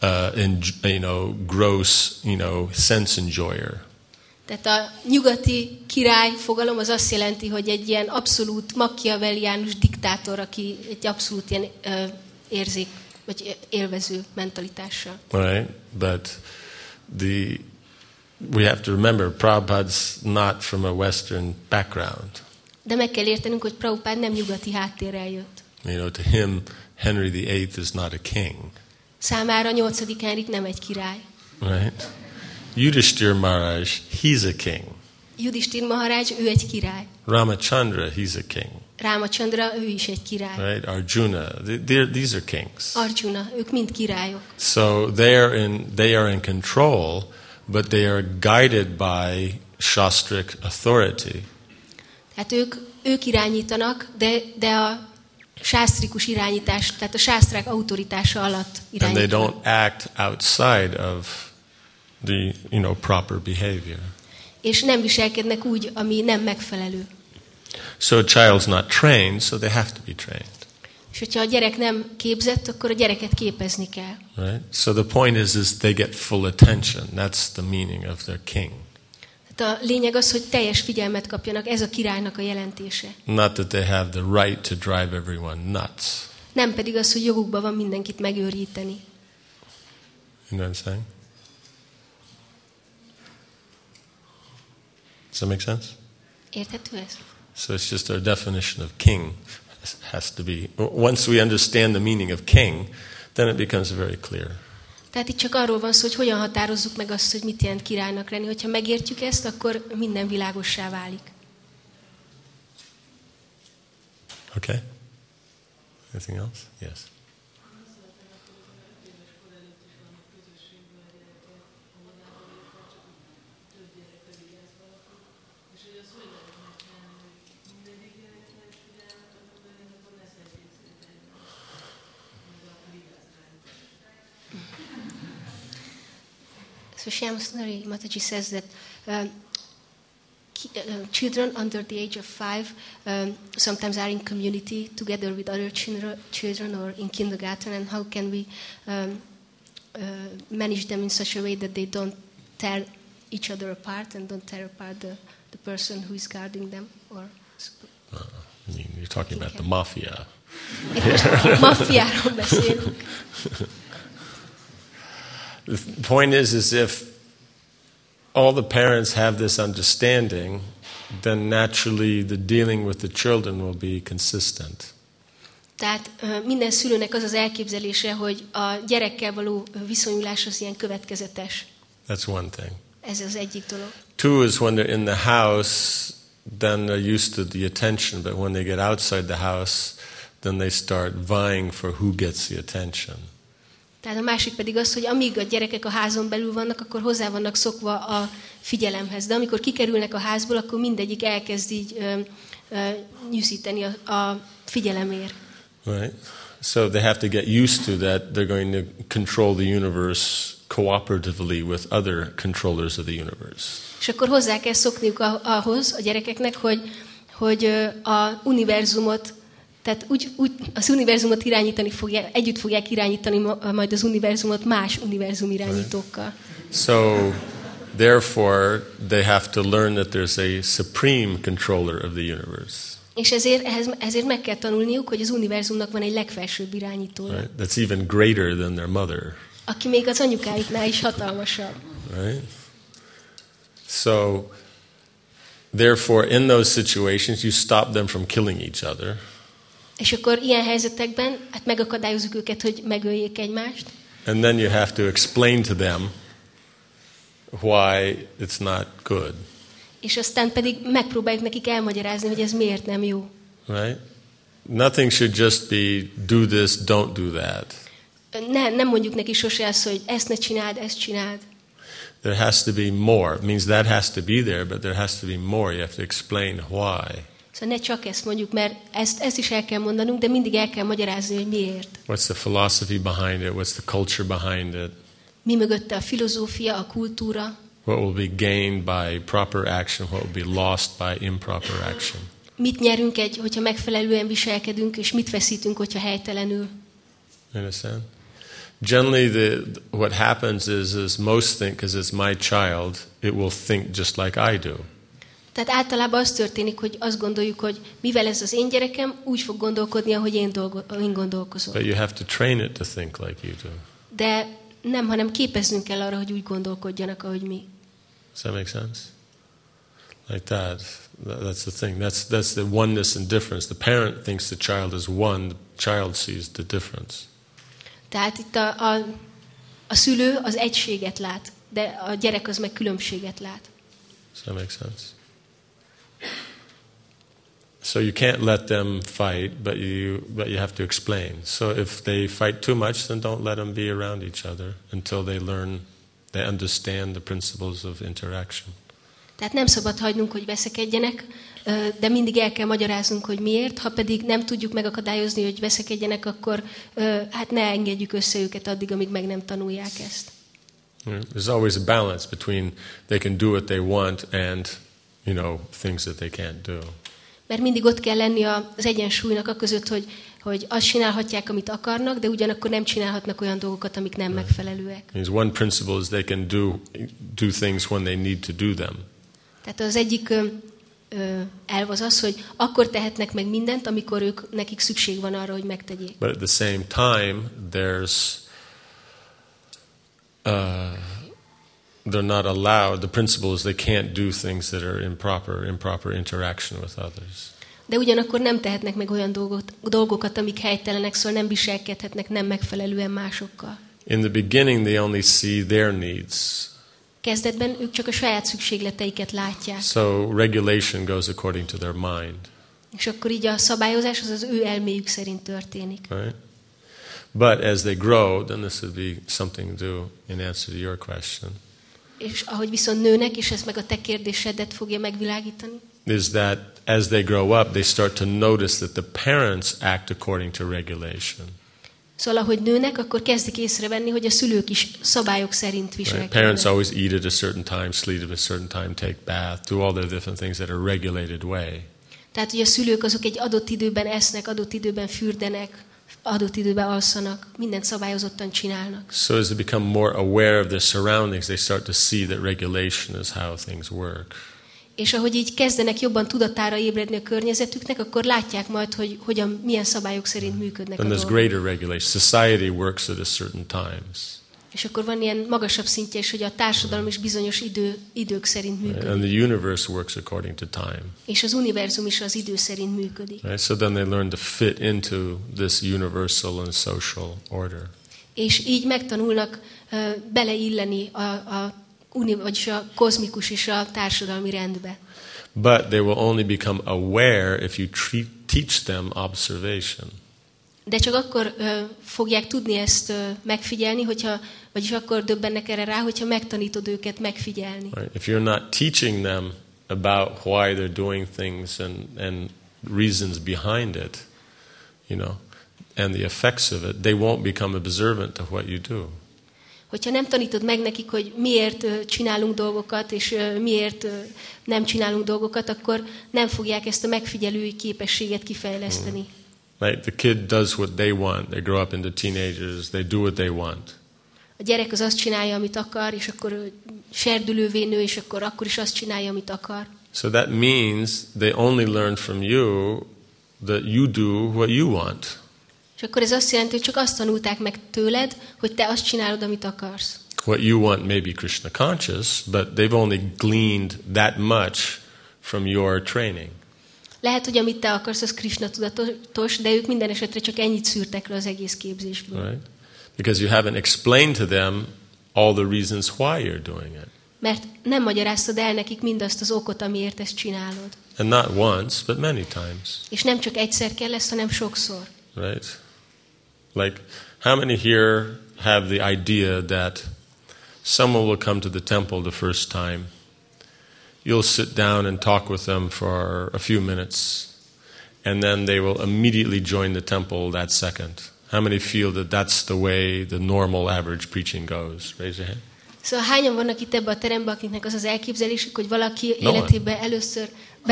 gross, sense enjoyer. Tehát a nyugati király fogalom az azt jelenti, hogy egy ilyen abszolút machiavelliánus diktátor, aki egy abszolút ilyen érzék, vagy élvező mentalitással. Right, but we have to remember Prabhupada's not from a Western background. De meg kell értenünk, hogy Prabhupád nem nyugati háttérrel jött. To him, Henry VIII is not a king. Számára 8. Henrik nem egy király. Right? Yudhishthira Maharaj, he's a king. Yudhishthira Maharaj, ő egy király. Ramachandra, he's a king. Rámachandra, ő is egy király. Right? Arjuna, these are kings. Arjuna, ők mind királyok. So they are in control, but they are guided by shastric authority. Hát ők irányítanak, de a sásztrikus irányítás, tehát a sásztrák autoritása alatt irányítanak. And they don't act outside of the proper behavior. És nem viselkednek úgy, ami nem megfelelő. So a child's not trained, so they have to be trained. És hogyha a gyerek nem képzett, akkor a gyereket képezni kell. Right? So the point is they get full attention. That's the meaning of their king. Tehát a lényeg az, hogy teljes figyelmet kapjanak, ez a királynak a jelentése. Not that they have the right to drive everyone nuts. Nem pedig az, hogy jogukban van mindenkit megőríteni. You know what I'm saying? Does that make sense? Érthető ez? So it's just our definition of king has to be, once we understand the meaning of king, then it becomes very clear. Tehát itt csak arról van szó, hogy hogyan határozzuk meg azt, hogy mit jelent királynak lenni. Hogyha megértjük ezt, akkor minden világossá válik. Okay? Anything else? Yes. So Shyamsundari Mataji says that children under the age of 5 sometimes are in community together with other children or in kindergarten, and how can we manage them in such a way that they don't tear each other apart and don't tear apart the person who is guarding them? Or You're talking about the mafia. Maffiáról beszélünk. The point is if all the parents have this understanding, then naturally the dealing with the children will be consistent. Tehát minden szülőnek az az elképzelése, hogy a gyerekkel való viszonyulás az ilyen következetes. That's one thing. Ez az egyik dolog. 2 is when they're in the house, then they're used to the attention, but when they get outside the house, then they start vying for who gets the attention. Tehát a másik pedig az, hogy amíg a gyerekek a házon belül vannak, akkor hozzá vannak szokva a figyelemhez. De amikor kikerülnek a házból, akkor mindegyik elkezd így nyűszíteni a figyelemért. Right? So they have to get used to that they're going to control the universe cooperatively with other controllers of the universe. És akkor hozzá kell szokniuk ahhoz a gyerekeknek, hogy a univerzumot, tehát úgy az univerzumot irányítani fogják, együtt fogják irányítani majd az univerzumot más univerzum irányítókkal. So therefore they have to learn that there's a supreme controller of the universe. És ezért meg kell tanulniuk, hogy az univerzumnak van egy legfelsőbb irányítója. Right? That's even greater than their mother. Aki még az anyukáiknál is hatalmasabb. Right? So therefore in those situations you stop them from killing each other. És akkor ilyen helyzetekben hát megakadályozzuk őket, hogy megöljék egymást. And then you have to explain to them why it's not good. És aztán pedig megpróbáljuk nekik elmagyarázni, hogy ez miért nem jó. Right? Nothing should just be do this, don't do that. Nem mondjuk neki sose azt, hogy ezt ne csináld, ezt csináld. There has to be more. It means that has to be there, but there has to be more. You have to explain why. Szóval ne csak ezt mondjuk, mert ezt is el kell mondanunk, de mindig el kell magyarázni, hogy miért. What's the philosophy behind it? What's the culture behind it? Mi mögötte a filozófia, a kultúra? What will be gained by proper action? What will be lost by improper action? Mit nyerünk hogyha megfelelően viselkedünk, és mit veszítünk, hogyha helytelenül? You understand? Generally, what happens is most think, because it's my child, it will think just like I do. Tehát általában az történik, hogy azt gondoljuk, hogy mivel ez az én gyerekem, úgy fog gondolkodni, ahogy én gondolkozom. But you have to train it to think like you do. De nem, hanem képeznünk kell arra, hogy úgy gondolkodjanak, ahogy mi. Does that make sense? Like that. That's the thing. That's the oneness and difference. The parent thinks the child is one. The child sees the difference. Tehát itt a szülő az egységet lát, de a gyerek az meg különbséget lát. Does that make sense? So you can't let them fight, but you have to explain. So if they fight too much, then don't let them be around each other until they understand the principles of interaction. Tehát nem szabad hagynunk, hogy veszekedjenek, de mindig el kell magyaráznunk, hogy miért. Ha pedig nem tudjuk megakadályozni, hogy veszekedjenek, akkor hát ne engedjük össze őket addig, amíg meg nem tanulják ezt. There's always a balance between they can do what they want and, things that they can't do. Mert mindig ott kell lenni az egyensúlynak között, hogy azt csinálhatják, amit akarnak, de ugyanakkor nem csinálhatnak olyan dolgokat, amik nem megfelelőek. One principle is they can do things when they need to do them. Tehát az egyik elv az, hogy akkor tehetnek meg mindent, amikor nekik szükség van arra, hogy megtegyék. But at the same time, they're not allowed. The principle is they can't do things that are improper interaction with others. De ugyanakkor nem tehetnek meg olyan dolgokat, amik helytelenek, szóval nem viselkedhetnek nem megfelelően másokkal. In the beginning, they only see their needs. Kezdetben ők csak a saját szükségleteiket látják. So regulation goes according to their mind. És akkor így a szabályozás az ő elméjük szerint történik. Right? But as they grow, then this would be something to do in answer to your question. És ahogy viszont nőnek, és ez meg a te kérdésedet fogja megvilágítani, is that as they grow up, they start to notice that the parents act according to regulation. Szóval, ahogy nőnek, akkor kezdik észrevenni, hogy a szülők is szabályok szerint viselkednek. Parents always eat at a certain time, sleep at a certain time, take bath, do all the different things that are regulated way. Tehát, hogy a szülők azok egy adott időben esznek, adott időben fürdenek, adott időben alszanak, mindent szabályozottan csinálnak. So as they become more aware of their surroundings, they start to see that regulation is how things work. És ahogy így kezdenek jobban tudatára ébredni a környezetüknek, akkor látják majd, hogy milyen szabályok szerint működnek a And there's dolgok. greater regulation. Society works at a certain times. És akkor van ilyen magasabb szintje is, hogy a társadalom is bizonyos idők szerint működik. And the universe works according to time. És az univerzum is az idő szerint működik. Right? So then they learn to fit into this universal and social order. És így megtanulnak beleilleni vagyis a kozmikus és a társadalmi rendbe. But they will only become aware if you teach them observation. De csak akkor fogják tudni ezt megfigyelni, vagyis akkor döbbennek erre rá, hogyha megtanítod őket megfigyelni. Right? If you're not teaching them about why they're doing things and reasons behind it, and the effects of it, they won't become observant of what you do. Hogyha nem tanítod meg nekik, hogy miért csinálunk dolgokat, és miért nem csinálunk dolgokat, akkor nem fogják ezt a megfigyelői képességet kifejleszteni. Right? The kid does what they want. They grow up into teenagers. They do what they want. A gyerek az azt csinálja, amit akar, és akkor serdülővé nő, és akkor is azt csinálja, amit akar. So that means they only learn from you that you do what you want. És akkor ez azt jelenti, hogy csak azt tanulták meg tőled, hogy te azt csinálod, amit akarsz. What you want may be Krishna conscious, but they've only gleaned that much from your training. Lehet, hogy amit te akarsz, az Krishna tudatos, de ők minden esetre csak ennyit szűrtek le az egész képzésből. Right? Because you haven't explained to them all the reasons why you're doing it. Mert nem magyaráztad el nekik mindazt az okot, amiért ezt csinálod. And not once, but many times. És nem csak egyszer kell ezt, hanem sokszor. Right? Like, how many here have the idea that someone will come to the temple the first time, you'll sit down and talk with them for a few minutes, and then they will immediately join the temple that second? How many feel that that's the way the normal average preaching goes? Raise your hand. Szóval hányan vannak itt ebben a teremben, akiknek az az elképzelésük, hogy valaki életében először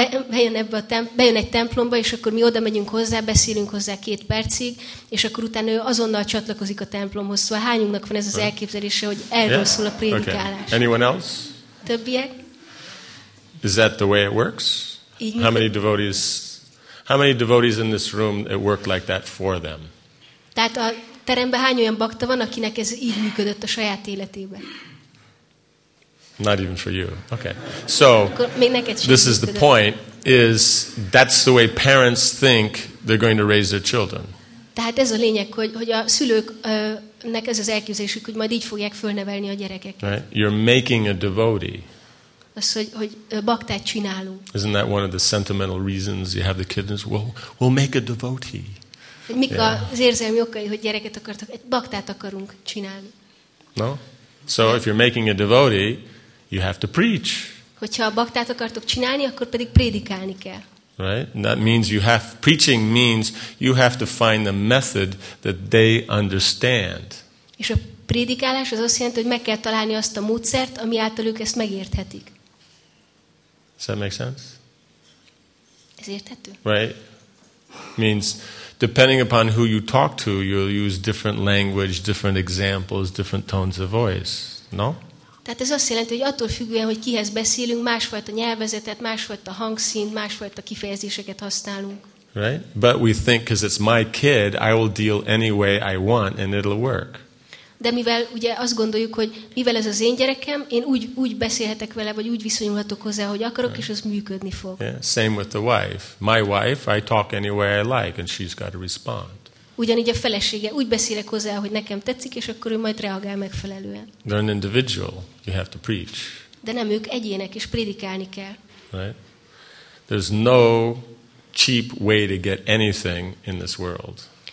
bejön egy templomba, és akkor mi oda megyünk hozzá, beszélünk hozzá 2 percig, és akkor utána ő azonnal csatlakozik a templomhoz. Szóval hányunknak van ez az elképzelése, hogy erről szól a prédikálás? Okay. Anyone else? Többiek? Is that the way it works? How many devotees in this room it worked like that for them? Tehát a teremben hány olyan bakta van, akinek ez így működött a saját életében? Not even for you. Okay. So, this is the point, is that's the way parents think they're going to raise their children. Tehát ez a lényeg, hogy a szülőknek ez az elképzelésük, hogy majd így fogják fölnevelni a gyerekeket. Right? You're making a devotee. Az, hogy baktát csinálunk. Isn't that one of the sentimental reasons you have the kids? We'll make a devotee. Mik az érzelmi okai, hogy gyereket akartak? Egy baktát akarunk csinálni. No? So if you're making a devotee, you have to preach. Hogyha a baktát akartok csinálni, akkor pedig prédikálni kell. Right? And that means preaching means you have to find the method that they understand. És a prédikálás az azt jelenti, hogy meg kell találni azt a módszert, ami által ők ezt megérthetik. Does that make sense? Ez érthető? Right? Means depending upon who you talk to, you'll use different language, different examples, different tones of voice. No? Tehát ez azt jelenti, hogy attól függően, hogy kihez beszélünk, másfajta nyelvezetet, másfajta hangszínt, másfajta kifejezéseket használunk. Right? But we think because it's my kid, I will deal any way I want and it'll work. De mivel ugye azt gondoljuk, hogy mivel ez az én gyerekem, én úgy beszélhetek vele, vagy úgy viszonyulhatok hozzá, hogy akarok, és az működni fog. Yeah, same with the wife. My wife, I talk any way I like, and she's got to respond. Ugyanígy a felesége, úgy beszélek hozzá, hogy nekem tetszik, és akkor ő majd reagál megfelelően. They're an individual. You have to preach. De nem ők egyének, és prédikálni kell. Right? There's no cheap way to get anything in this world.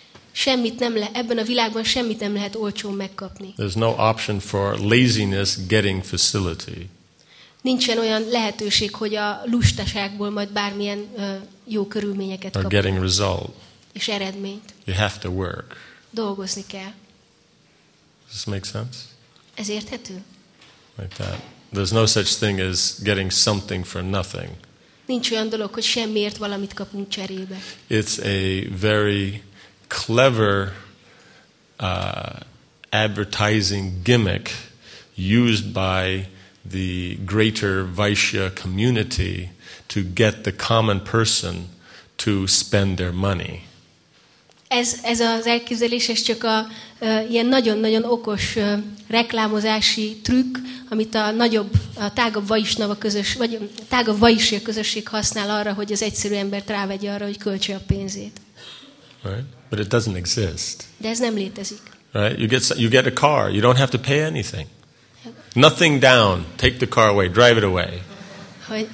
Ebben a világban semmit nem lehet olcsón megkapni. There's no option for laziness getting facility. Nincsen olyan lehetőség, hogy a lustaságból majd bármilyen jó körülményeket kapunk. Or getting result. És eredményt. You have to work. Dolgozni kell. Does this make sense? Ez érthető? Like that. There's no such thing as getting something for nothing. Nincs olyan dolog, hogy semmiért valamit kapunk cserébe. It's a very clever advertising gimmick used by the greater Vaishya community to get the common person to spend their money. Ez az elképzelés, ez csak ilyen nagyon-nagyon okos reklámozási trükk, amit a tágabb Vaisnava vagy a tágabb Vaishya közösség használ arra, hogy az egyszerű embert rávegye arra, hogy költse a pénzét. Right? But it doesn't exist. De ez nem létezik. Right? You get a car. You don't have to pay anything. Nothing down. Take the car away. Drive it away. Hogy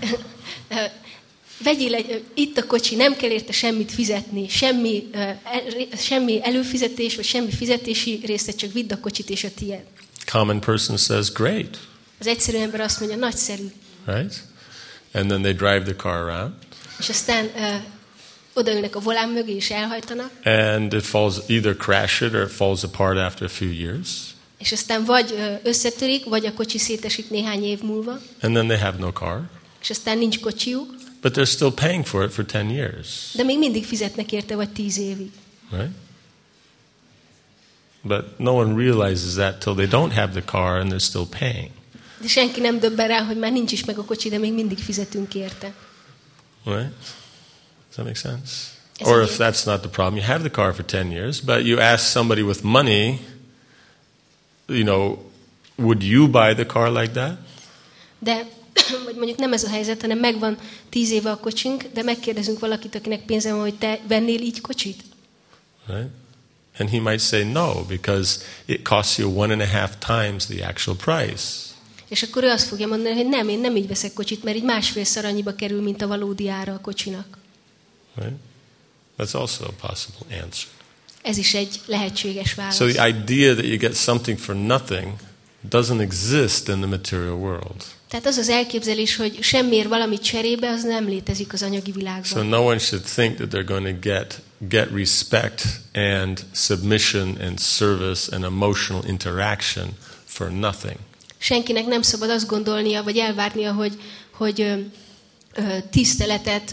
vegyél itt a kocsi, nem kell érte semmit fizetni, semmi előfizetés, vagy semmi fizetési részlet, csak vidd a kocsit és a tiéd. Common person says, great. Az egyszerű ember azt mondja, nagyszerű. Right? And then they drive the car around. És aztán odaülnek a volán mögé és elhajtanak, and it falls, either crash it or it falls apart after a few years, és aztán vagy összetörik, vagy a kocsi szétesik néhány év múlva, and then they have no car, és aztán nincs kocsijuk, but they're still paying for it for 10 years, de még mindig fizetnek érte vagy 10 évig. right? But no one realizes that till they don't have the car and they're still paying, De senki nem döbben rá, hogy már nincs is meg a kocsi, de még mindig fizetünk érte. right? Does that make sense? Yes, Or it if does. that's not the problem, you have the car for 10 years, but you ask somebody with money, you know, would you buy the car like that? De, vagy mondjuk nem ez a helyzet, hanem megvan 10 éve a kocsink, de megkérdezünk valakit, akinek pénze van, hogy te vennél így kocsit? Right? And he might say no, because it costs you 1.5 times the actual price. És akkor ő azt fogja mondani, hogy nem, én nem így veszek kocsit, mert így másfélszer annyiba kerül, mint a valódi ára a kocsinak. Right? That's also a possible answer. Ez is egy lehetséges válasz. So the idea that you get something for nothing doesn't exist in the material world. Tehát az az elképzelés, hogy semmiért valamit cserébe, az nem létezik az anyagi So világban. no one should think that they're going to get respect and submission and service and emotional interaction for nothing. Senkinek nem szabad azt gondolnia, vagy elvárnia, hogy tiszteletet,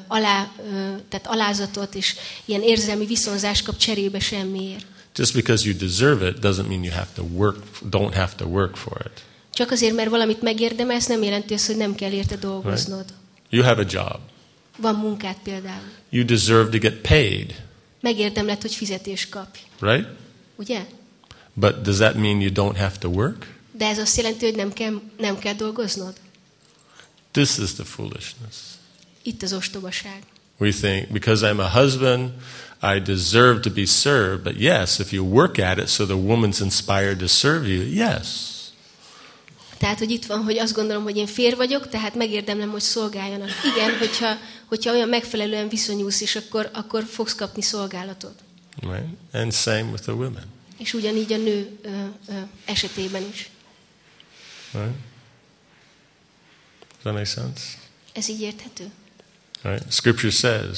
tehát alázatot és ilyen érzelmi viszonzást kap cserébe semmiért. Just because you deserve it doesn't mean you don't have to work for it. Csak azért, mert valamit megérdemelsz, nem jelenti azt, hogy nem kell érte dolgoznod. You have a job. Van munkád például. You deserve to get paid, Megérdemled, hogy fizetést kapj. right? Ugye? But does that mean you don't have to work? De ez azt jelenti, hogy nem kell dolgoznod? This is the foolishness. Itt az ostobaság. We think, because I'm a husband, I deserve to be served. But yes, if you work at it so the woman's inspired to serve you, yes. Tehát, hogy itt van, hogy azt gondolom, hogy én férj vagyok, tehát megérdemlem, hogy szolgáljanak. Igen, hogyha olyan megfelelően viszonyulsz, és akkor fogsz kapni szolgálatot. Right? And same with the women. És ugyanígy a nő esetében is. Right? Does that make sense? Ez így érthető? Right? Scripture says,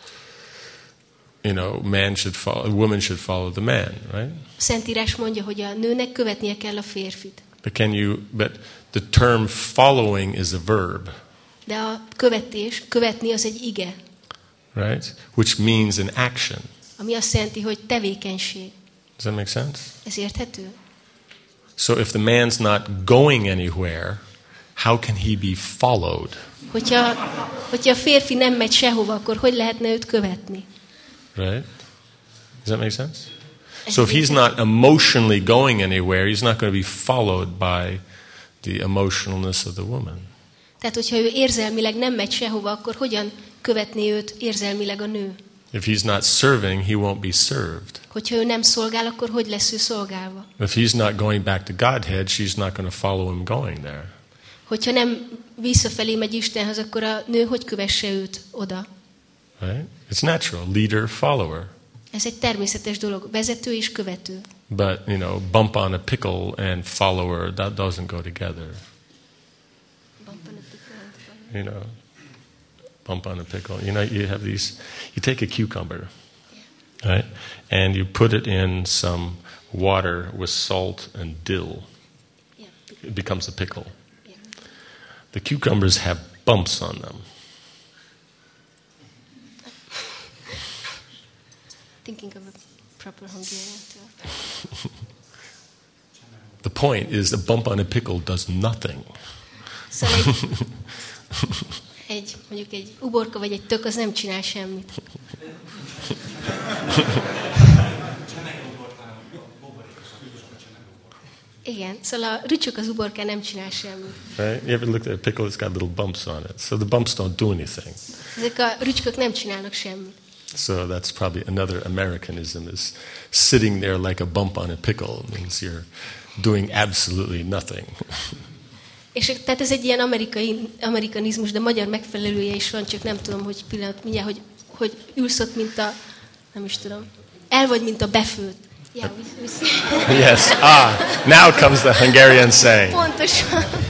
you know, woman should follow the man, right? A Szentírás mondja, hogy a nőnek követnie kell a férfit. But the term following is a verb, De a követni az egy ige, right? Which means an action. ami azt jelenti, hogy tevékenység. Does that make sense? Ez érthető? So if the man's not going anywhere, how can he be followed? Hogyha a férfi nem megy sehova, akkor hogy lehetne őt követni? Right? Does that make sense? So if he's not emotionally going anywhere, he's not going to be followed by the emotionalness of the woman. Tehát, hogyha ő érzelmileg nem megy sehova, akkor hogyan követné őt érzelmileg a nő? If he's not serving, he won't be served. Hogyha ő nem szolgál, akkor hogy lesz ő szolgálva? If he's not going back to Godhead, she's not going to follow him going there. Hogyha nem visszafelé megy Istenhez, akkor a nő hogy kövesse őt oda? Right? It's natural. Leader, follower. Ez egy természetes dolog. Vezető és követő. But, you know, bump on a pickle and follower, that doesn't go together. You know, bump on a pickle. You know, you have these, you take a cucumber, right? And you put it in some water with salt and dill. It becomes a pickle. The cucumbers have bumps on them. Thinking of a proper Hungarian term. The point is, a bump on a pickle does nothing. Szóval mondjuk egy uborka vagy egy tök, az nem csinál semmit. Igen, szóval a rücsök az uborkán nem csinál semmit. Right? You ever looked at a pickle? It's got little bumps on it. So the bumps don't do anything. Ezek a rücskök nem csinálnak semmit. So that's probably another Americanism, is sitting there like a bump on a pickle means you're doing absolutely nothing. És tehát ez egy ilyen amerikanizmus, de magyar megfelelője is van, csak nem tudom, hogy pillanat mindjárt, hogy ülsz ott, mint a, nem is tudom, el vagy, mint a befőtt. Yeah, Yes. Now comes the Hungarian saying. Pontosan.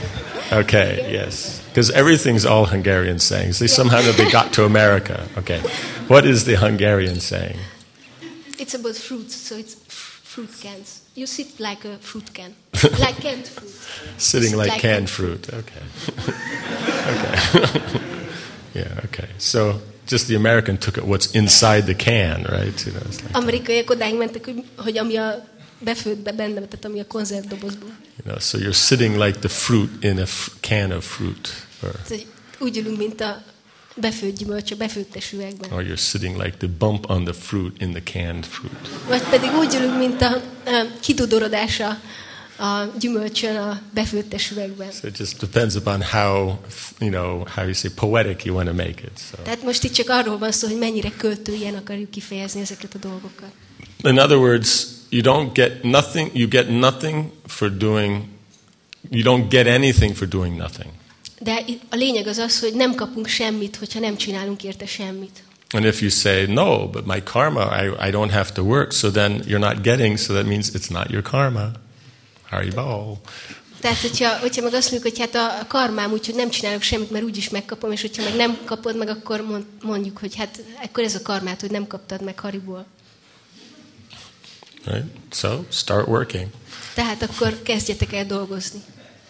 Okay, yes. Because everything's all Hungarian sayings. Somehow they got to America. Okay. What is the Hungarian saying? It's about fruits, so it's fruit cans. You sit like a fruit can. Like canned fruit. Sitting like canned fruit. Okay. Okay. Yeah, okay. So just the American took it what's inside the can, right? You know, it's like Amerikaiak odáig mentek, hogy ami a befőttbe benne, tehát ami a konzervdobozból. you know, so you're sitting like the fruit in a can of fruit. Úgy ülünk, mint a befőtt gyümölcs a befőttes üvegben. Or you're sitting like the bump on the fruit in the canned fruit. Vagy pedig úgy ülünk, mint a kidudorodása a gyümölcsön a befőttes üvegben. So it just depends upon how you say poetic you want to make it. So. Tehát most itt csak arról van szó, hogy mennyire költőien akarjuk kifejezni ezeket a dolgokat. In other words, you don't get nothing. You get nothing for doing. You don't get anything for doing nothing. De a lényeg az az, hogy nem kapunk semmit, hogyha nem csinálunk érte semmit. And if you say, no, but my karma, I don't have to work, so then you're not getting, so that means it's not your karma. Haribol. Tehát, hogyha meg azt mondjuk, hogy hát a karmám úgy, hogy nem csinálok semmit, mert úgyis megkapom, és hogyha meg nem kapod meg, akkor mondjuk, hogy hát akkor ez a karmát, hogy nem kaptad meg, haribol. Right? So, start working. Tehát akkor kezdjetek el dolgozni.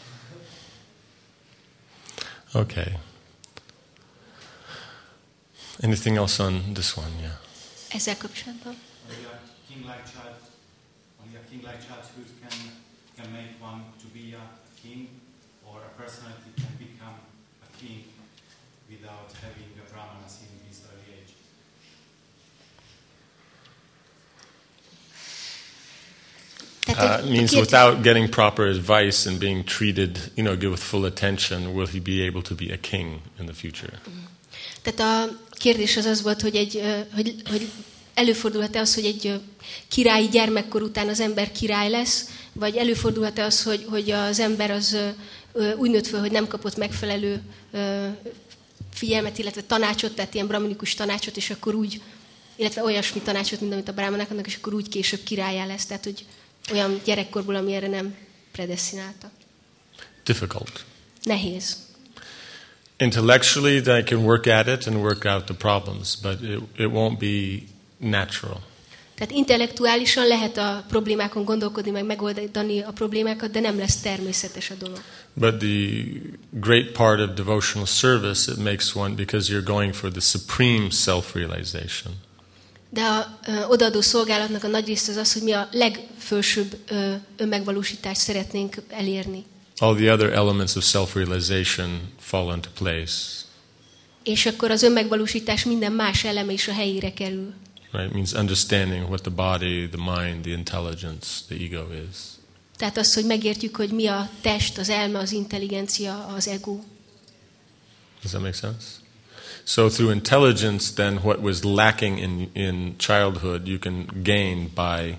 Okay. Anything else on this one? Yeah. Ezzel kapcsolatban. Only a king-like child who can make one to be a king, or a personality can become a king without having a brahmanas in his early age. Means without getting proper advice and being treated, with full attention, will he be able to be a king in the future? Tehát a kérdés az volt, hogy hogy előfordulhat-e az, hogy egy királyi gyermekkor után az ember király lesz, vagy előfordulhat-e az, hogy az ember az úgy nőtt föl, hogy nem kapott megfelelő figyelmet, illetve tanácsot, tehát ilyen brahmanikus tanácsot, és akkor úgy, illetve olyasmi tanácsot, mint amit a bráhmanák adnak, és akkor úgy később királlyá lesz, tehát hogy olyan gyerekkorból, ami erre nem predestinálta. Difficult. Nehéz. Intellectually, they can work at it and work out the problems, but it won't be natural. Tehát intellektuálisan lehet a problémákon gondolkodni, meg megoldani a problémákat, de nem lesz természetes a dolog. But the great part of devotional service, it makes one because you're going for the supreme self-realization. De a odaadó szolgálatnak a nagy része az az, hogy mi a legfelsőbb önmegvalósítást szeretnénk elérni. All the other elements of self-realization fall into place. És akkor az önmegvalósítás minden más eleme is a helyére kerül. Right? It means understanding what the body, the mind, the intelligence, the ego is. Tehát az, hogy megértjük, hogy mi a test, az elme, az intelligencia, az ego. Does that make sense? So through intelligence, then what was lacking in childhood, you can gain by,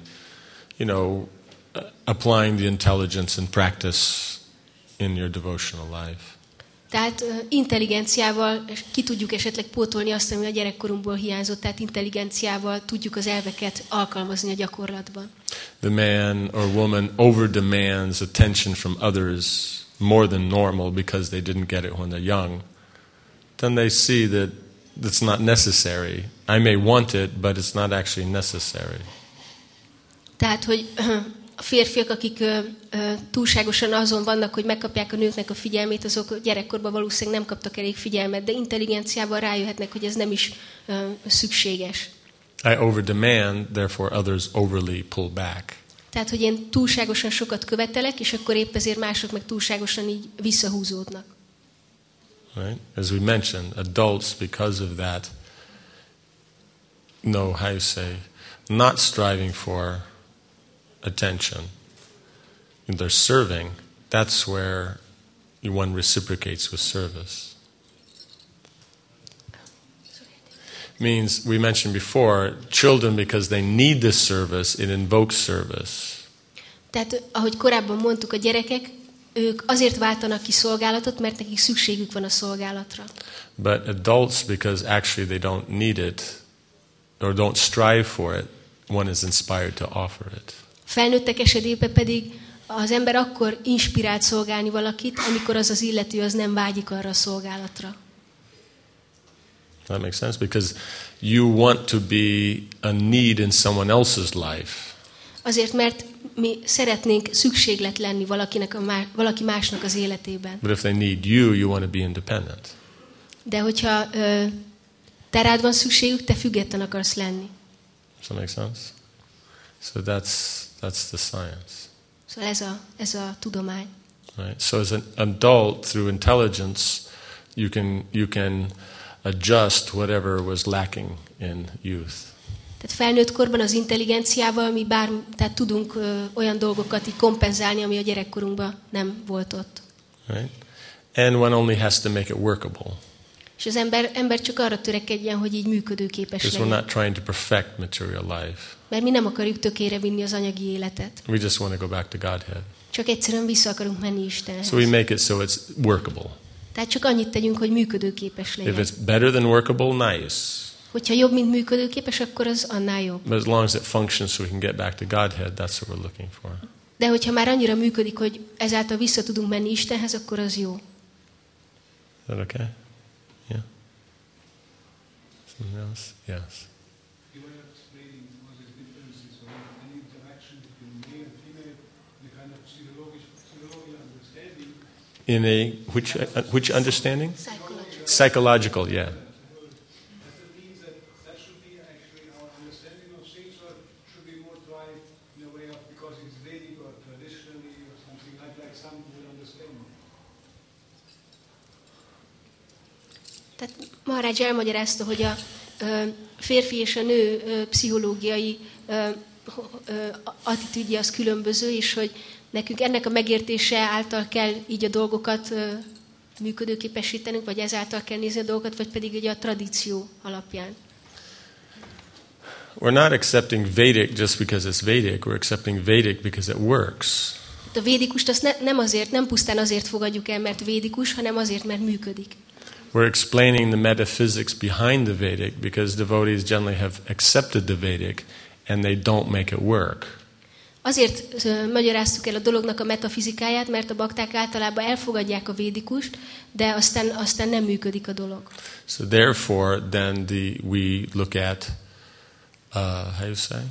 applying the intelligence and practice in your devotional life. Tehát intelligenciával ki tudjuk esetleg pótolni azt, ami a gyerekkorunkból hiányzott, tehát intelligenciával tudjuk az elveket alkalmazni a gyakorlatban. The man or woman overdemands attention from others more than normal because they didn't get it when they're young. Then they see that it's not necessary. I may want it, but it's not actually necessary. Tehát, hogy a férfiak, akik túlságosan azon vannak, hogy megkapják a nőknek a figyelmét, azok gyerekkorban valószínűleg nem kaptak elég figyelmet, de intelligenciával rájöhetnek, hogy ez nem is szükséges. I overdemand, therefore others overly pull back. Tehát, hogy én túlságosan sokat követelek, és akkor épp ezért mások meg túlságosan így visszahúzódnak. Right? As we mentioned, adults, because of that, not striving for attention. And they're serving. That's where one reciprocates with service. Means, we mentioned before, children, because they need this service, it invokes service. Tehát, ahogy korábban mondtuk, a gyerekek, ők azért váltanak ki szolgálatot, mert nekik szükségük van a szolgálatra. But adults, because actually they don't need it, or don't strive for it, one is inspired to offer it. Felnőttek esetében pedig az ember akkor inspirált szolgálni valakit, amikor az illető az nem vágyik arra a szolgálatra. That makes sense? Because you want to be a need in someone else's life. Azért, mert mi szeretnénk szükséglet lenni valaki másnak az életében. But if they need you, you want to be independent. De hogyha te rád van szükségük, te független akarsz lenni. Does that make sense? So that's the science. Szóval ez a tudomány. Right? So as an adult, through intelligence, you can adjust whatever was lacking in youth. Tehát felnőtt korban az intelligenciával mi tehát tudunk olyan dolgokat így kompenzálni, ami a gyerekkorunkban nem volt ott. Right? And one only has to make it workable. És az ember csak arra törekedjen, hogy így működőképes Because we're legyen. not trying to perfect material life. Mert mi nem akarjuk tökére vinni az anyagi életet. We just want to go back to Godhead. Csak egyszerűen vissza akarunk menni Istenhez. So we make it so it's workable. Tehát csak annyit tegyünk, hogy működőképes legyen. If it's better than workable, nice. Hogyha jobb, mint működőképes, akkor az annál jobb. But as long as it functions so we can get back to Godhead, that's what we're looking for. De hogyha már annyira működik, hogy ezáltal vissza tudunk menni Istenhez, akkor az jó. Is that okay? Yeah? Something else? Yes. You were explaining all these differences or any interaction between male and female, the kind of psychological understanding. In a which understanding? Psychological. Psychological, yeah. Does it mean that should be actually our understanding of things, or should we more try in a way of because it's Vedic or traditionally or something like some will understand? Tehát Maharaj elmagyarázta, hogy a férfi és a nő pszichológiai attitűdje az különböző, és hogy nekünk ennek a megértése által kell így a dolgokat működőképesítenünk, vagy ezáltal kell nézni a dolgokat, vagy pedig ugye a tradíció alapján. We're not accepting Vedic just because it's Vedic. We're accepting Vedic because it works. A védikust azt nem pusztán azért fogadjuk el, mert védikus, hanem azért, mert működik. We're explaining the metaphysics behind the Vedic because devotees generally have accepted the Vedic and they don't make it work. Azért magyaráztuk el a dolognak a metafizikáját, mert a bakták általában elfogadják a védikust, de aztán nem működik a dolog. So therefore, then we look at how you say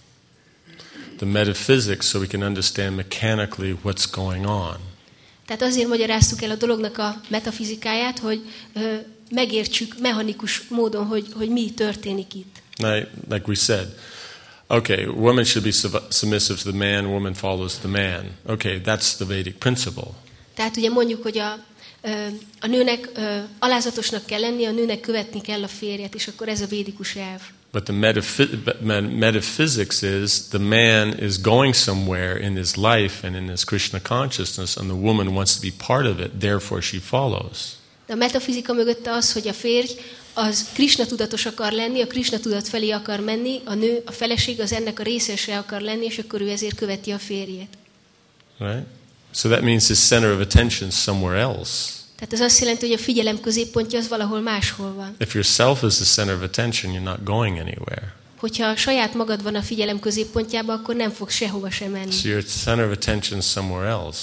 the metaphysics, so we can understand mechanically what's going on. Tehát azért magyaráztuk el a dolognak a metafizikáját, hogy megértsük mechanikus módon, hogy mi történik itt. Like we said, okay, woman should be submissive to the man, woman follows the man. Okay, that's the Vedic principle. Tehát ugye mondjuk, hogy a nőnek alázatosnak kell lenni, a nőnek követni kell a férjet, és akkor ez a védikus elv. But the metaphysics is the man is going somewhere in his life and in his Krishna consciousness, and the woman wants to be part of it, therefore she follows. De a metafizika mögötte az, hogy a férj az Krishna tudatos akar lenni, a Krishna tudat felé akar menni, a nő, a feleség az ennek a részese akar lenni, és akkor ő ezért követi a férjét. Right? So that means his center of attention is somewhere else. Tehát ez azt jelenti, hogy a figyelem középpontja az valahol máshol van. If yourself is the center of attention, you're not going anywhere. Hogyha saját magad van a figyelem középpontjában, akkor nem fogsz sehova sem menni. So your center of attention is somewhere else.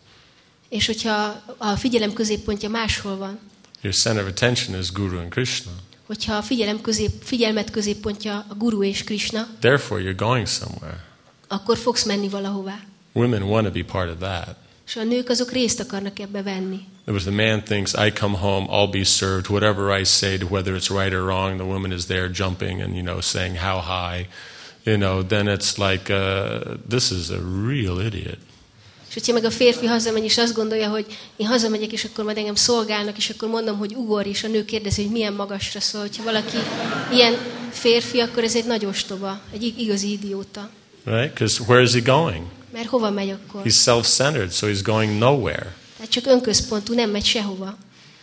És hogyha a figyelem középpontja máshol van, Your center of attention is Guru and Krishna. hogyha a figyelmet középpontja a Guru és Krishna, Therefore, you're going somewhere. akkor fogsz menni valahová. Women want to be part of that. És a nők azok részt akarnak ebbe venni. If the man thinks, I come home, I'll be served, whatever I say, whether it's right or wrong, the woman is there jumping and, saying how high, then it's like, this is a real idiot. És hogyha meg a férfi hazamegy, és azt gondolja, hogy én hazamegyek, és akkor majd engem szolgálnak, és akkor mondom, hogy ugorj, és a nő kérdezi, hogy milyen magasra szól. Hogyha valaki ilyen férfi, akkor ez egy nagy ostoba, egy igazi idióta. Right? Because where is he going? Mert hova megy akkor? He's self-centered, so he's going nowhere. Tehát csak önközpontú, nem megy sehova.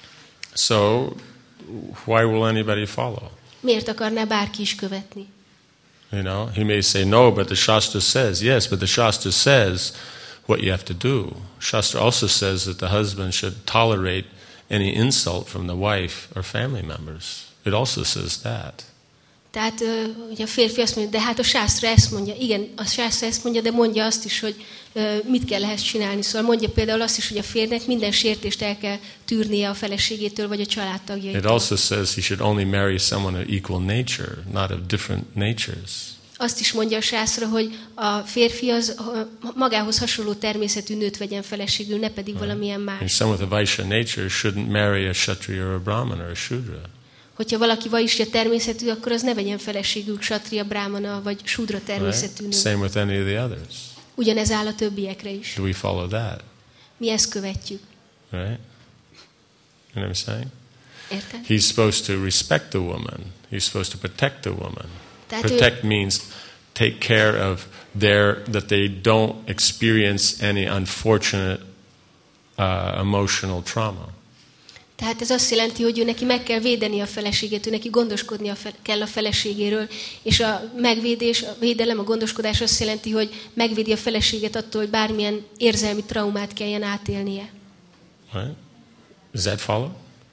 So, why will anybody follow? Miért akarná bárki is követni? He may say no, but the Shastra says, yes, but the Shastra says what you have to do. Shastra also says that the husband should tolerate any insult from the wife or family members. It also says that. Tehát ugye a férfi azt mondja, de hát a sásztra ezt mondja. Igen, a sásztra ezt mondja, de mondja azt is, hogy mit kell ehhez csinálni. Szóval mondja például azt is, hogy a férnek minden sértést el kell tűrnie a feleségétől, vagy a családtagjaitól. It also says he should only marry someone of equal nature, not of different natures. Azt is mondja a sászra, hogy a férfi az magához hasonló természetű nőt vegyen feleségül, ne pedig valamilyen And más. someone with a Vaishya nature shouldn't marry a Kshatriya or a Brahman or a Shudra. Hogyha valaki vaisya természetű, akkor az ne vegyen feleségül ksatria, brámana vagy shudra természetű Right? nő. Same with any of the others. Ugyanez áll a többiekre is. Do we follow that? Mi ezt követjük. Right? You know what I'm saying? Érted? He's supposed to respect the woman. He's supposed to protect the woman. Tehát ő- Protect means take care of that they don't experience any unfortunate emotional trauma. Tehát ez azt jelenti, hogy ő neki meg kell védeni a feleségét, ő neki gondoskodnia kell a feleségéről, és a megvédés, a védelem, a gondoskodás azt jelenti, hogy megvédi a feleséget attól, hogy bármilyen érzelmi traumát kelljen átélnie. Right? Does that follow?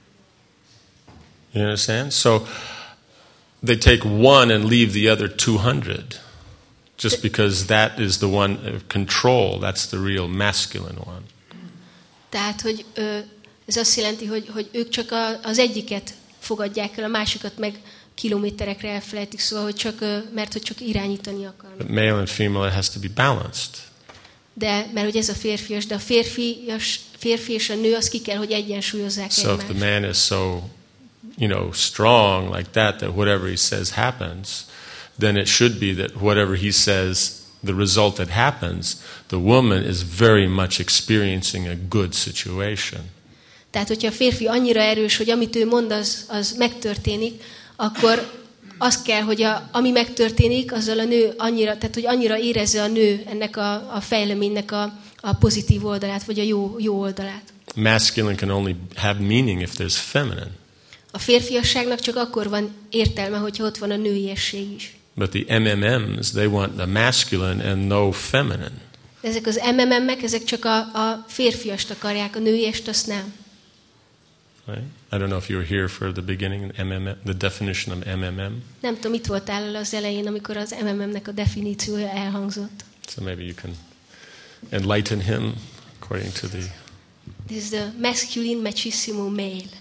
You understand? So they take one and leave the other 200 just because that is the one of control. That's the real masculine one. Tehát, hogy ez azt jelenti, hogy ők csak az egyiket fogadják el, a másikat meg kilométerekre elfelejtik, szóval, hogy mert hogy csak irányítani akarnak. But male and female, it has to be balanced. De, mert hogy ez a férfias, de a férfi és a nő, az ki kell, hogy egyensúlyozzák So if the egymást. man is so, strong like that whatever he says happens, then it should be that whatever he says, the result that happens, the woman is very much experiencing a good situation. Tehát, hogyha a férfi annyira erős, hogy amit ő mond, az megtörténik, akkor az kell, hogy ami megtörténik, azzal a nő annyira, tehát hogy annyira érezze a nő ennek a fejleménynek a pozitív oldalát, vagy a jó oldalát. Masculine can only have meaning if there's feminine. A férfiasságnak csak akkor van értelme, hogyha ott van a nőiesség is. But the MMMs, they want the masculine and no feminine. De ezek az MMM-ek, ezek csak a férfiast akarják, a nőiest azt nem. Right? I don't know if you were here for the beginning, the definition of MMM. Nem tudom, itt voltál az elején, amikor az MMM-nek a definíciója elhangzott. So maybe you can enlighten him according to the... This is the masculine machismo male.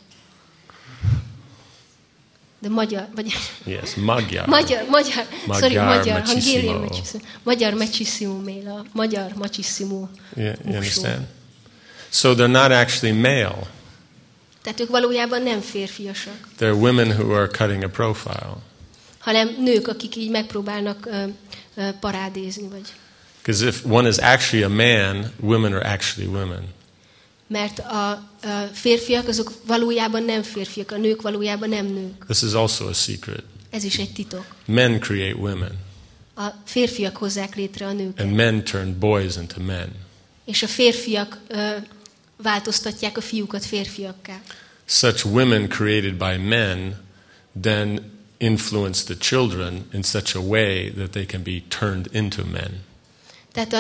De magyar, vagy... Yes, Magyar. magyar, Machismo. Hungarian machismo. Magyar machismo male, a magyar machismo. Yeah, you understand? So they're not actually male. Tehát ők valójában nem férfiasak, They're women who are cutting a profile. hanem nők, akik így megpróbálnak parádézni, vagy... Because if one is actually a man, women are actually women. Mert a férfiak azok valójában nem férfiak, a nők valójában nem nők. This is also a secret. Ez is egy titok. Men create women, A férfiak hozzák létre a nőket. and men turn boys into men. És a férfiak változtatják a fiúkat férfiakká. Such women created by men then influence the children in such a way that they can be turned into men. Tehát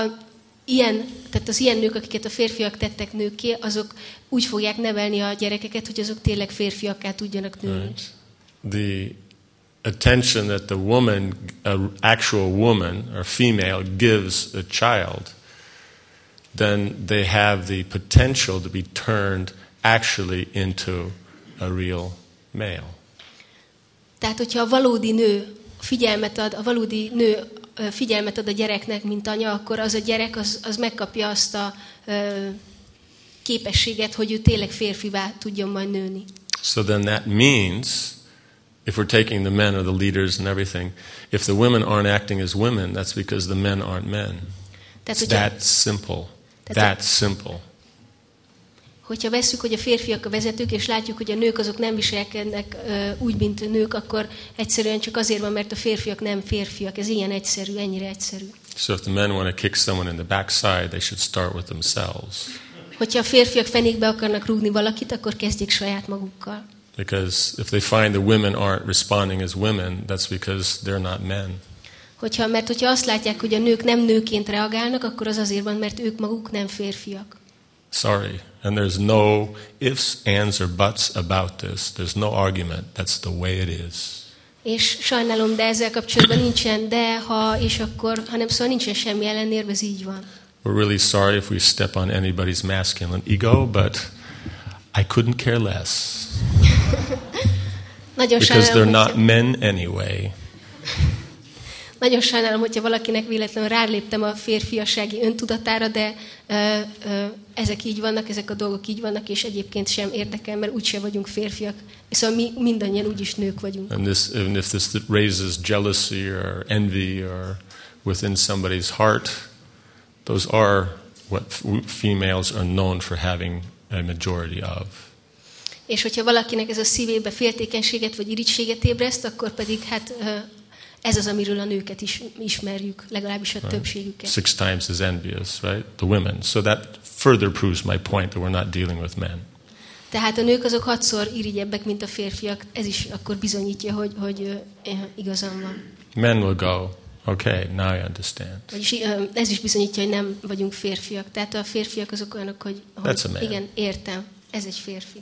tehát az ilyen nők, akiket a férfiak tettek nőkké, azok úgy fogják nevelni a gyerekeket, hogy azok tényleg férfiakká tudjanak nőni. Right? The attention that the woman, an actual woman or female, gives a child, then they have the potential to be turned actually into a real male. Tehát, hogyha a valódi nő figyelmet ad a gyereknek, mint anya, akkor az a gyerek az megkapja azt a képességet, hogy ő tényleg férfivá tudjon majd nőni. So then that means, if we're taking the men or the leaders and everything, if the women aren't acting as women, that's because the men aren't men. Tehát, It's that simple. That simple. Hogyha vesszük, hogy a férfiak a vezetők, és látjuk, hogy a nők azok nem viselkednek úgy, mint nők, akkor egyszerűen csak azért van, mert a férfiak nem férfiak. Ez ilyen egyszerű, ennyire egyszerű. So if the men want to kick someone in the backside, they should start with themselves. Hogyha a férfiak fenékbe akarnak rúgni valakit, akkor kezdjék saját magukkal. Because if they find the women aren't responding as women, that's because they're not men. Mert hogyha azt látják, hogy a nők nem nőként reagálnak, akkor az azért van, mert ők maguk nem férfiak. Sorry. And there's no ifs, ands, or buts about this. There's no argument. That's the way it is. És sajnálom, de ezzel kapcsolatban nincsen de, ha, és akkor, hanem szóval nincsen semmi ellenérve, ez így van. We're really sorry if we step on anybody's masculine ego, but I couldn't care less. Nagyon Because they're sajnálom, not men anyway. nagyon sajnálom, hogyha valakinek véletlenül ráléptem a férfiassági öntudatára, de ezek így vannak, ezek a dolgok így vannak, és egyébként sem érdekel, mert úgyse vagyunk férfiak. Szóval mi mindannyian úgyis nők vagyunk. And if this raises jealousy or envy or within somebody's heart, those are what females are known for having a majority of. És hogyha valakinek ez a szívébe féltékenységet vagy irigységet ébreszt, akkor pedig hát ez az, amiről a nőket is ismerjük, legalábbis a többségüket. 6 times as envious, right? The women. So that further proves my point that we're not dealing with men. Tehát a nők azok 6-szor irigyebbek, mint a férfiak. Ez is akkor bizonyítja, hogy igazam van. Men will go, okay, now I understand. Vagyis ez is bizonyítja, hogy nem vagyunk férfiak. Tehát a férfiak azok olyanok, hogy igen, értem, ez egy férfi.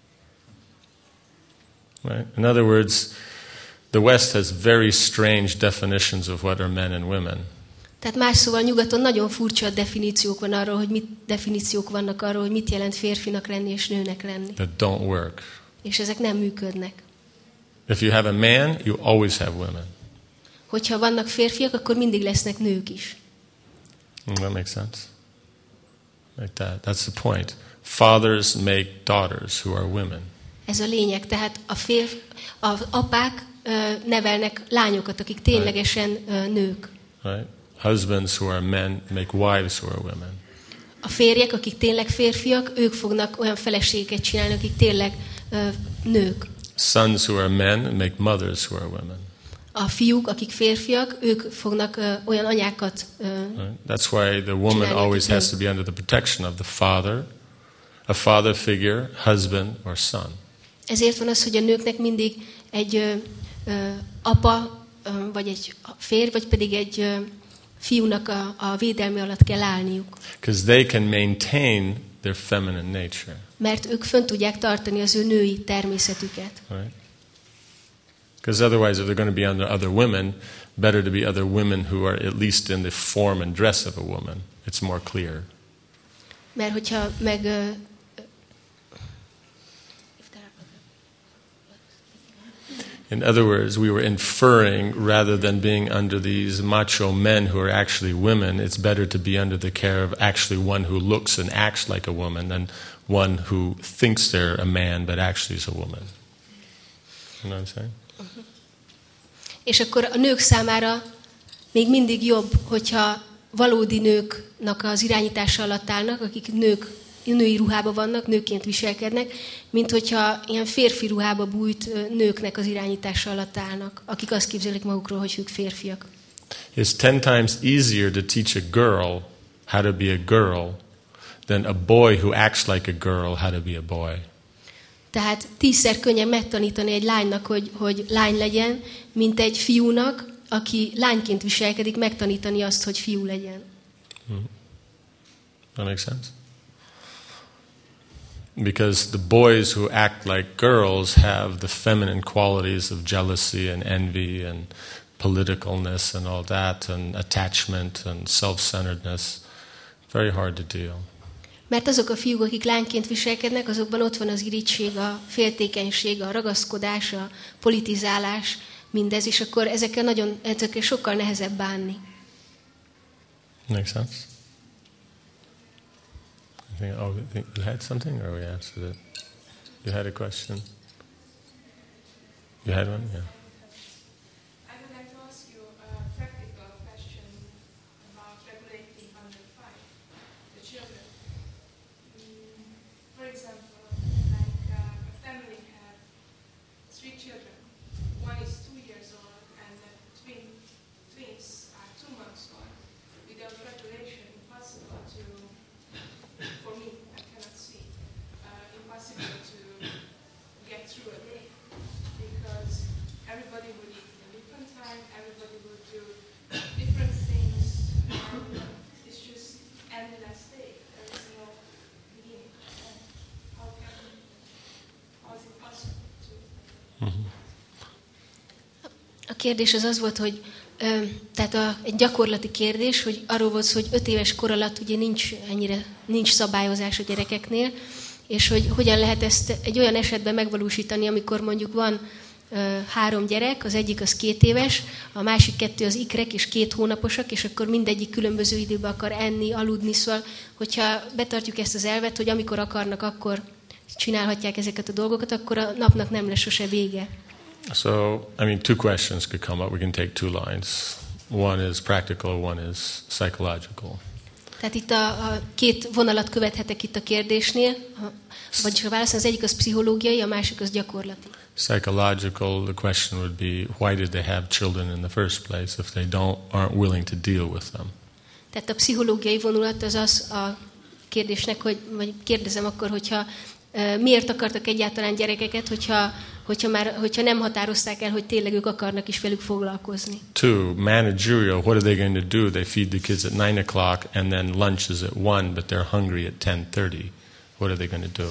Right? In other words, the West has very strange definitions of what are men and women. Tehát más szóval nyugaton nagyon furcsa definíciók vannak arról, hogy mit jelent férfinak lenni és nőnek lenni. That don't work. És ezek nem működnek. If you have a man, you always have women. Hogyha vannak férfiak, akkor mindig lesznek nők is. That makes sense? Like that. That's the point. Fathers make daughters who are women. Ez a lényeg. Tehát az apák nevelnek lányokat, akik ténylegesen nők. Right? Husbands who are men make wives who are women. A férjek, akik tényleg férfiak, ők fognak olyan feleségeket csinálni, akik tényleg nők. Sons who are men make mothers who are women. A fiúk, akik férfiak, ők fognak olyan anyákat Right? That's why the woman always has to be under the protection of the father, a father figure, husband or son. Ezért van az, hogy a nőknek mindig egy apa, vagy egy férj, vagy pedig egy fiúnak a védelme alatt kell állniuk. Because they can maintain their feminine nature. Mert ők fönn tudják tartani az ő női természetüket. Right? Because otherwise, if they're going to be under other women, better to be other women who are at least in the form and dress of a woman. It's more clear. Mert hogyha meg In other words, we were inferring rather than being under these macho men who are actually women, it's better to be under the care of actually one who looks and acts like a woman than one who thinks they're a man but actually is a woman. You know what I'm saying? És akkor a nők számára még mindig jobb, hogyha valódi nőknek az irányítása alatt állnak, akik női ruhában vannak, nőként viselkednek, mint hogyha ilyen férfi ruhába bújt nőknek az irányítása alatt állnak, akik azt képzelik magukról, hogy ők férfiak. It's 10 times easier to teach a girl how to be a girl than a boy who acts like a girl how to be a boy. Tehát 10-szer könnyebb megtanítani egy lánynak, hogy lány legyen, mint egy fiúnak, aki lányként viselkedik, megtanítani azt, hogy fiú legyen. That makes sense? Because the boys who act like girls have the feminine qualities of jealousy and envy and politicalness and all that and attachment and self-centeredness. Very hard to deal. Mert azok a fiúk, akik lányként viselkednek, azokban ott van az irigység, a féltékenység, a ragaszkodás, a politizálás, mindez, és akkor ezekkel sokkal nehezebb bánni. Makes sense? You had something or we answered it? You had a question? You had one? Yeah. I would like to ask you a practical question about regulating under 5, the children. For example, like a family had 3 children. One is 2 years old and the twins are 2 months old. Without regulation, impossible to, for me, I cannot see, impossible to get through a day because kérdés az volt, hogy tehát egy gyakorlati kérdés, hogy arról volt szó, hogy 5 éves kor alatt ugye nincs szabályozás a gyerekeknél, és hogy hogyan lehet ezt egy olyan esetben megvalósítani, amikor mondjuk van 3 gyerek, az egyik az 2 éves, a másik 2 az ikrek és 2 hónaposak, és akkor mindegyik különböző időben akar enni, aludni, szóval, hogyha betartjuk ezt az elvet, hogy amikor akarnak, akkor csinálhatják ezeket a dolgokat, akkor a napnak nem lesz sose vége. So, I mean, 2 questions could come up. We can take 2 lines. One is practical, one is psychological. Tehát itt a 2 vonalat követhetek itt a kérdésnél, vagyis a válasz az egyik az pszichológiai, a másik az gyakorlati. Psychological, the question would be, why did they have children in the first place if they aren't willing to deal with them? Tehát a pszichológiai vonulat az a kérdésnek, vagy kérdezem akkor, hogyha miért akartak egyáltalán gyerekeket, hogyha nem határozták el, hogy tényleg ők akarnak is velük foglalkozni. 2, managerial, what are they going to do? They feed the kids at 9 o'clock and then lunch is at 1, but they're hungry at 10:30. What are they going to do?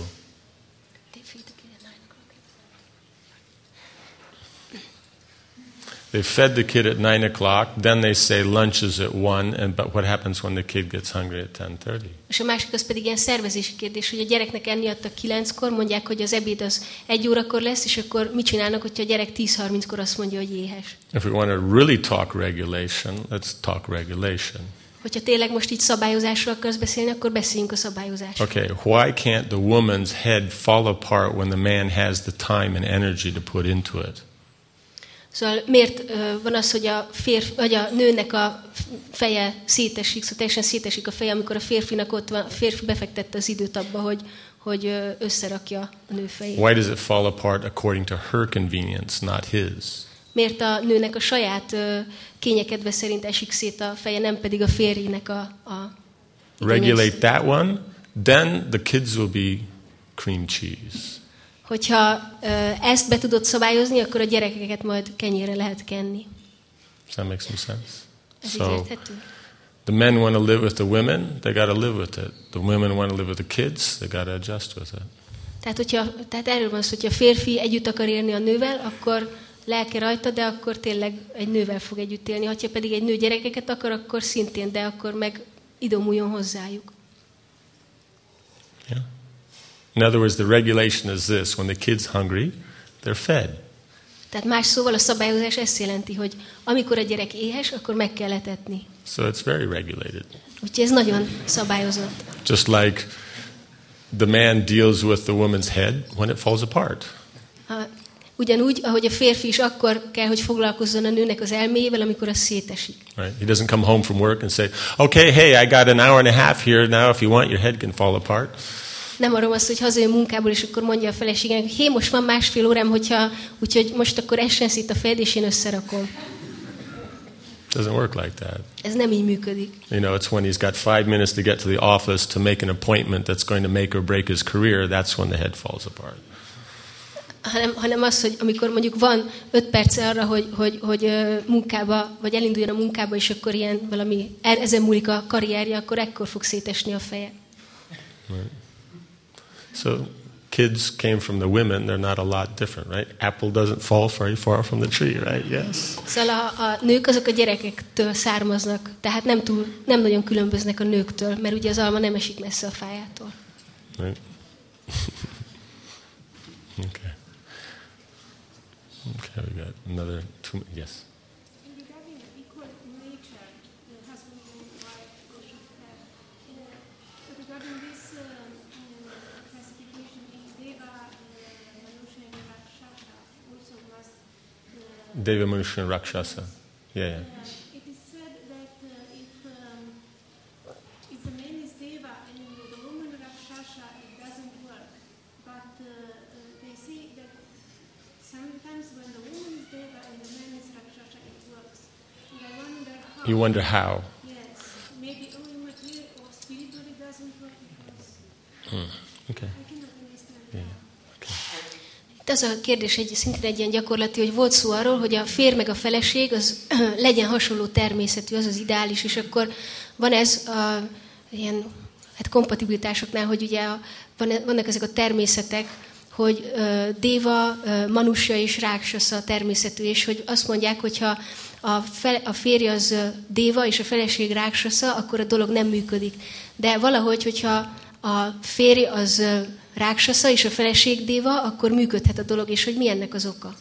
They fed the kid at 9 o'clock, then they say lunch is at 1, but what happens when the kid gets hungry at 10:30? És a másik az pedig ilyen szervezési kérdés, hogy a gyereknek enni adtak 9-kor, mondják, hogy az ebéd az 1 órakor lesz, és akkor mit csinálnak, hogyha a gyerek 10:30-kor azt mondja, hogy éhes? If we want to really talk regulation, let's talk regulation. Hogyha tényleg most így szabályozásról akarsz beszélni, akkor beszéljünk a szabályozásról. Okay, why can't the woman's head fall apart when the man has the time and energy to put into it? Szóval miért van az, hogy a nőnek a feje szétesik, szóval teljesen szétesik a feje, amikor a férfinak ott van, a férfi befektette az időt abba, hogy összerakja a nő fejét. Why does it fall apart according to her convenience, not his? Miért a nőnek a saját kényekedve szerint esik szét a feje, nem pedig a férjének a Regulate that one, then the kids will be cream cheese. Hogyha ezt be tudod szabályozni, akkor a gyerekeket majd kenyérre lehet kenni. Does that make some sense? Ez így So, érthető? the men want to live with the women, they got to live with it. The women want to live with the kids, they got to adjust with it. Tehát erről van szó, hogyha a férfi együtt akar élni a nővel, akkor lelke rajta, de akkor tényleg egy nővel fog együtt élni. Ha pedig egy nő gyerekeket akar, akkor szintén, de akkor meg idomuljon hozzájuk. Yeah. In other words, the regulation is this: when the kid's hungry, they're fed. Tehát más szóval a szabályozás ezt jelenti, hogy amikor a gyerek éhes, akkor meg kell etetni. So it's very regulated. Úgyhogy ez nagyon szabályozott. Just like the man deals with the woman's head when it falls apart. Ugyanúgy, ahogy a férfi is akkor kell, hogy foglalkozzon a nőnek az elméjével, amikor az szétesik. Right? He doesn't come home from work and say, "Okay, hey, I got an hour and a half here now. If you want, your head can fall apart." Nem arról van szó, hogy hazajön munkából, és akkor mondja a feleségének, hé, most van 1,5 órám, úgyhogy most akkor essen szét a fejed, és én összerakom. Doesn't work like that. Ez nem így működik. You know, it's when he's got 5 minutes to get to the office to make an appointment that's going to make or break his career, that's when the head falls apart. Hanem az, hogy amikor mondjuk van 5 perce arra, hogy munkába, vagy elinduljon a munkába, és akkor ilyen valami, ezen múlik a karrierje, akkor ekkor fog szétesni a feje. Right. So kids came from the women, they're not a lot different, right? Apple doesn't fall very far from the tree, right? Yes. Szóval a nők azok a gyerekektől származnak, tehát nem nagyon különböznek a nőktől, mert ugye az alma nem esik messze a fájától. Right. Okay. Okay, we got another 2 minutes. Yes. Regarding equal nature, the husband and wife should have. Regarding this classification in Deva, Manusha, and Rakshasa, also must. Deva, Manusha, and Rakshasa. Yeah. It is said that if the man is Deva and the woman Rakshasa, it doesn't work. But they say that sometimes when the woman is Deva and the man is Rakshasa, it works. And I wonder how. You wonder how. Yes, maybe only material or spiritually doesn't work because Okay. I cannot understand. Yeah. Itt az a kérdés szintén egy ilyen gyakorlati, hogy volt szó arról, hogy a férj meg a feleség az legyen hasonló természetű, az az ideális, és akkor van ez ilyen kompatibilitásoknál, hogy ugye vannak ezek a természetek, hogy Déva, Manusja és Ráksasza természetű, és hogy azt mondják, hogyha a férj az Déva és a feleség Ráksasza, akkor a dolog nem működik. De valahogy, hogyha a férj az Ráksasza és a feleség Déva, akkor működhet a dolog, és hogy mi ennek az oka.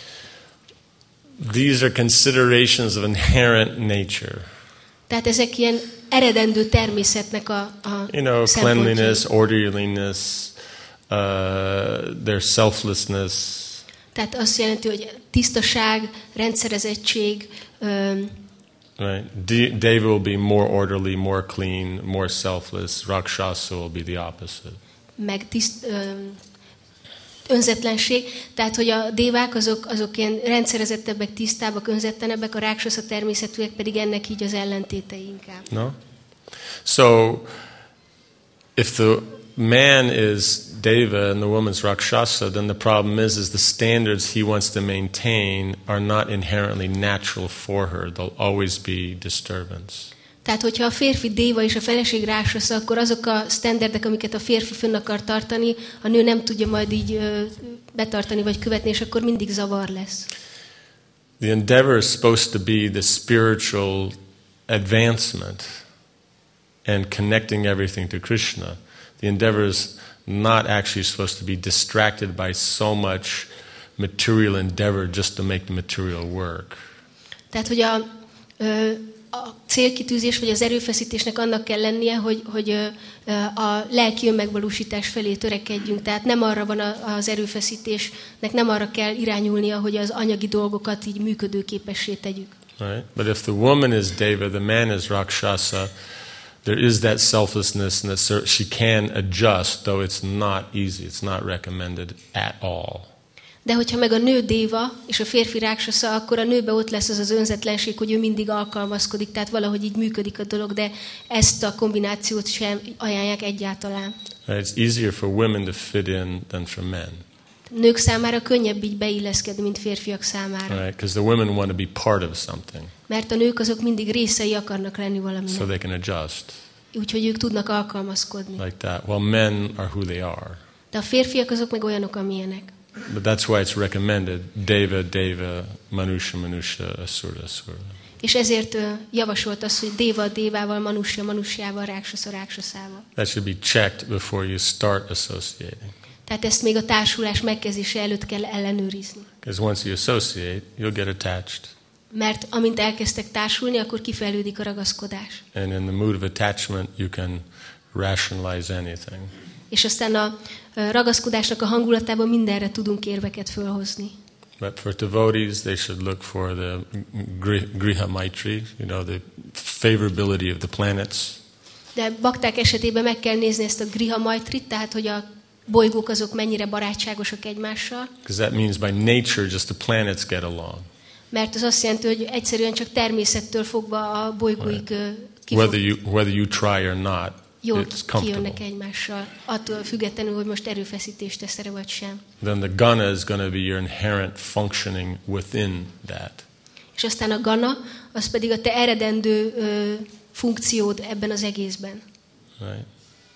These are considerations of inherent nature. Tehát ezek ilyen eredendő természetnek a Cleanliness, orderliness, their selflessness. Tehát azt jelenti, hogy tisztaság, rendszerezettség. Right. Deva will be more orderly, more clean, more selfless. Rakshasa will be the opposite. Meg önzetlenség. Tehát, hogy a dévák azok ilyen rendszerezettebbek, tisztábbak, önzetlenebbek, a ráksasza természetűek pedig ennek így az ellentétei inkább. No? So, if the man is Deva and the woman's Rakshasa, then the problem is the standards he wants to maintain are not inherently natural for her. There'll always be disturbance. Tehát, hogyha a férfi Déva és a feleség Ráksasza, akkor azok a sztenderdek, amiket a férfi fönn akar tartani, a nő nem tudja majd így betartani vagy követni, és akkor mindig zavar lesz. The endeavor is supposed to be the spiritual advancement and connecting everything to Krishna. The endeavor is not actually supposed to be distracted by so much material endeavor just to make the material work. Tehát, hogy a célkitűzés vagy az erőfeszítésnek annak kell lennie, hogy a lelki önmegvalósítás felé törekedjünk. Tehát nem arra van az erőfeszítésnek, nem arra kell irányulnia, hogy az anyagi dolgokat így működőképessé tegyük. Right? But if the woman is Deva, the man is Rakshasa, there is that selflessness and that she can adjust, though it's not easy, it's not recommended at all. De hogyha meg a nő Déva és a férfi Ráksasza, akkor a nőbe ott lesz az az önzetlenség, hogy ő mindig alkalmazkodik, tehát valahogy így működik a dolog, de ezt a kombinációt sem ajánlják egyáltalán. It's easier for women to fit in than for men. Nők számára könnyebb így beilleszkedni, mint férfiak számára. Right? Because the women want to be part of something. Mert a nők azok mindig részei akarnak lenni valaminek. So they can adjust. Úgyhogy ők tudnak alkalmazkodni. Like that. Well, men are who they are. De a férfiak azok meg olyanok, amilyenek. But that's why it's recommended Deva, Deva, Manusha, Manusha, Asura, Asura. És ezért javasolt az, hogy Déva Dévával, Manusha Manusjával, Ráksasza Ráksaszával. That should be checked before you start associating. Tehát ezt még a társulás megkezdése előtt kell ellenőrizni. Because once you associate, you'll get attached. Mert amint elkezdtek társulni, akkor kifejlődik a ragaszkodás. And in the mood of attachment, you can rationalize anything. És aztán a ragaszkodásnak a hangulatában mindenre tudunk érveket fölhozni. But for devotees, they should look for the Griha Maitri, the favorability of the planets. De bakták esetében meg kell nézni ezt a Griha Maitrit, tehát hogy a bolygók azok mennyire barátságosak egymással. Because that means by nature just the planets get along. Mert az azt jelenti, hogy egyszerűen csak természettől fogva a bolygóik whether you try or not, jól it's comfortable. kijönnek egymással, attól függetlenül, hogy most erőfeszítést tesz erre vagy sem. Then the gana is going to be your inherent functioning within that. És aztán a gana, az pedig a te eredendő funkciód ebben az egészben. Right.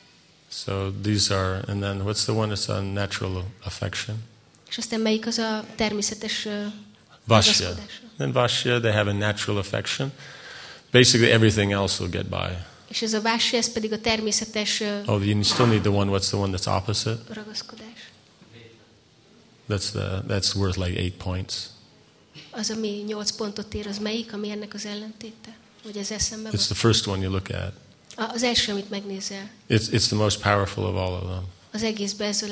So these are, and then what's the one that's on natural affection? És aztán melyik az a természetes Vashya. Then Vashya, they have a natural affection. Basically everything else will get by. És ez a Vashya, ez pedig a természetes you still need the one, what's the one that's opposite? ragaszkodás. That's worth like 8 points. Az, ami 8 pontot ér, az melyik, ami ennek az ellentéte? Vagy ez eszembe van? It's the first one you look at. Az első, amit megnézel. It's the most powerful of all of them. Az egészben ez a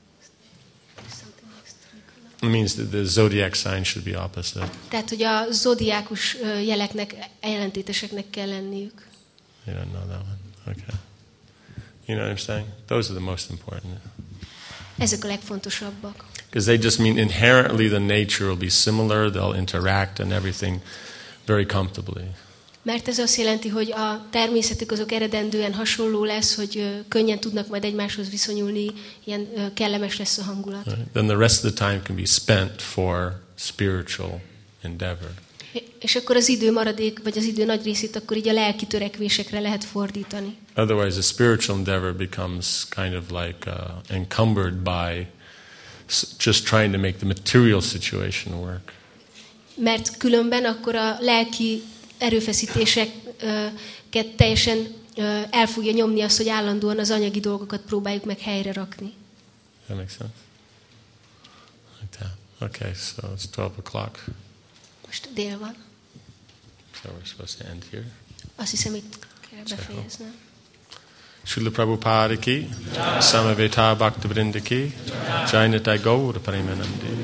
It means that the zodiac sign should be opposite. Tehát, hogy a zodiákus jeleknek ellentéteseknek kell lenniük. You don't know that one? Okay. You know what I'm saying? Those are the most important. Ezek a legfontosabbak. Because they just mean inherently the nature will be similar, they'll interact and everything very comfortably. Mert ez azt jelenti, hogy a természetük azok eredendően hasonló lesz, hogy könnyen tudnak majd egymáshoz viszonyulni, ilyen kellemes lesz a hangulat. Right. Then the rest of the time can be spent for spiritual endeavor. És akkor az idő maradék, vagy az idő nagy részét akkor így a lelki törekvésekre lehet fordítani. Otherwise the spiritual endeavor becomes kind of like encumbered by just trying to make the material situation work. Mert különben akkor a lelki erőfeszítéseket teljesen el fogja nyomni azt, hogy állandóan az anyagi dolgokat próbáljuk meg helyre rakni. That makes sense? Like that. Okay, so it's 12 o'clock. Most dél van. So we're supposed to end here. Azt hiszem, itt kell befejeznem. Srila Prabhupada ki, Samaveta Bhakta Vrinda ki, Jainata Gaur Premanandi.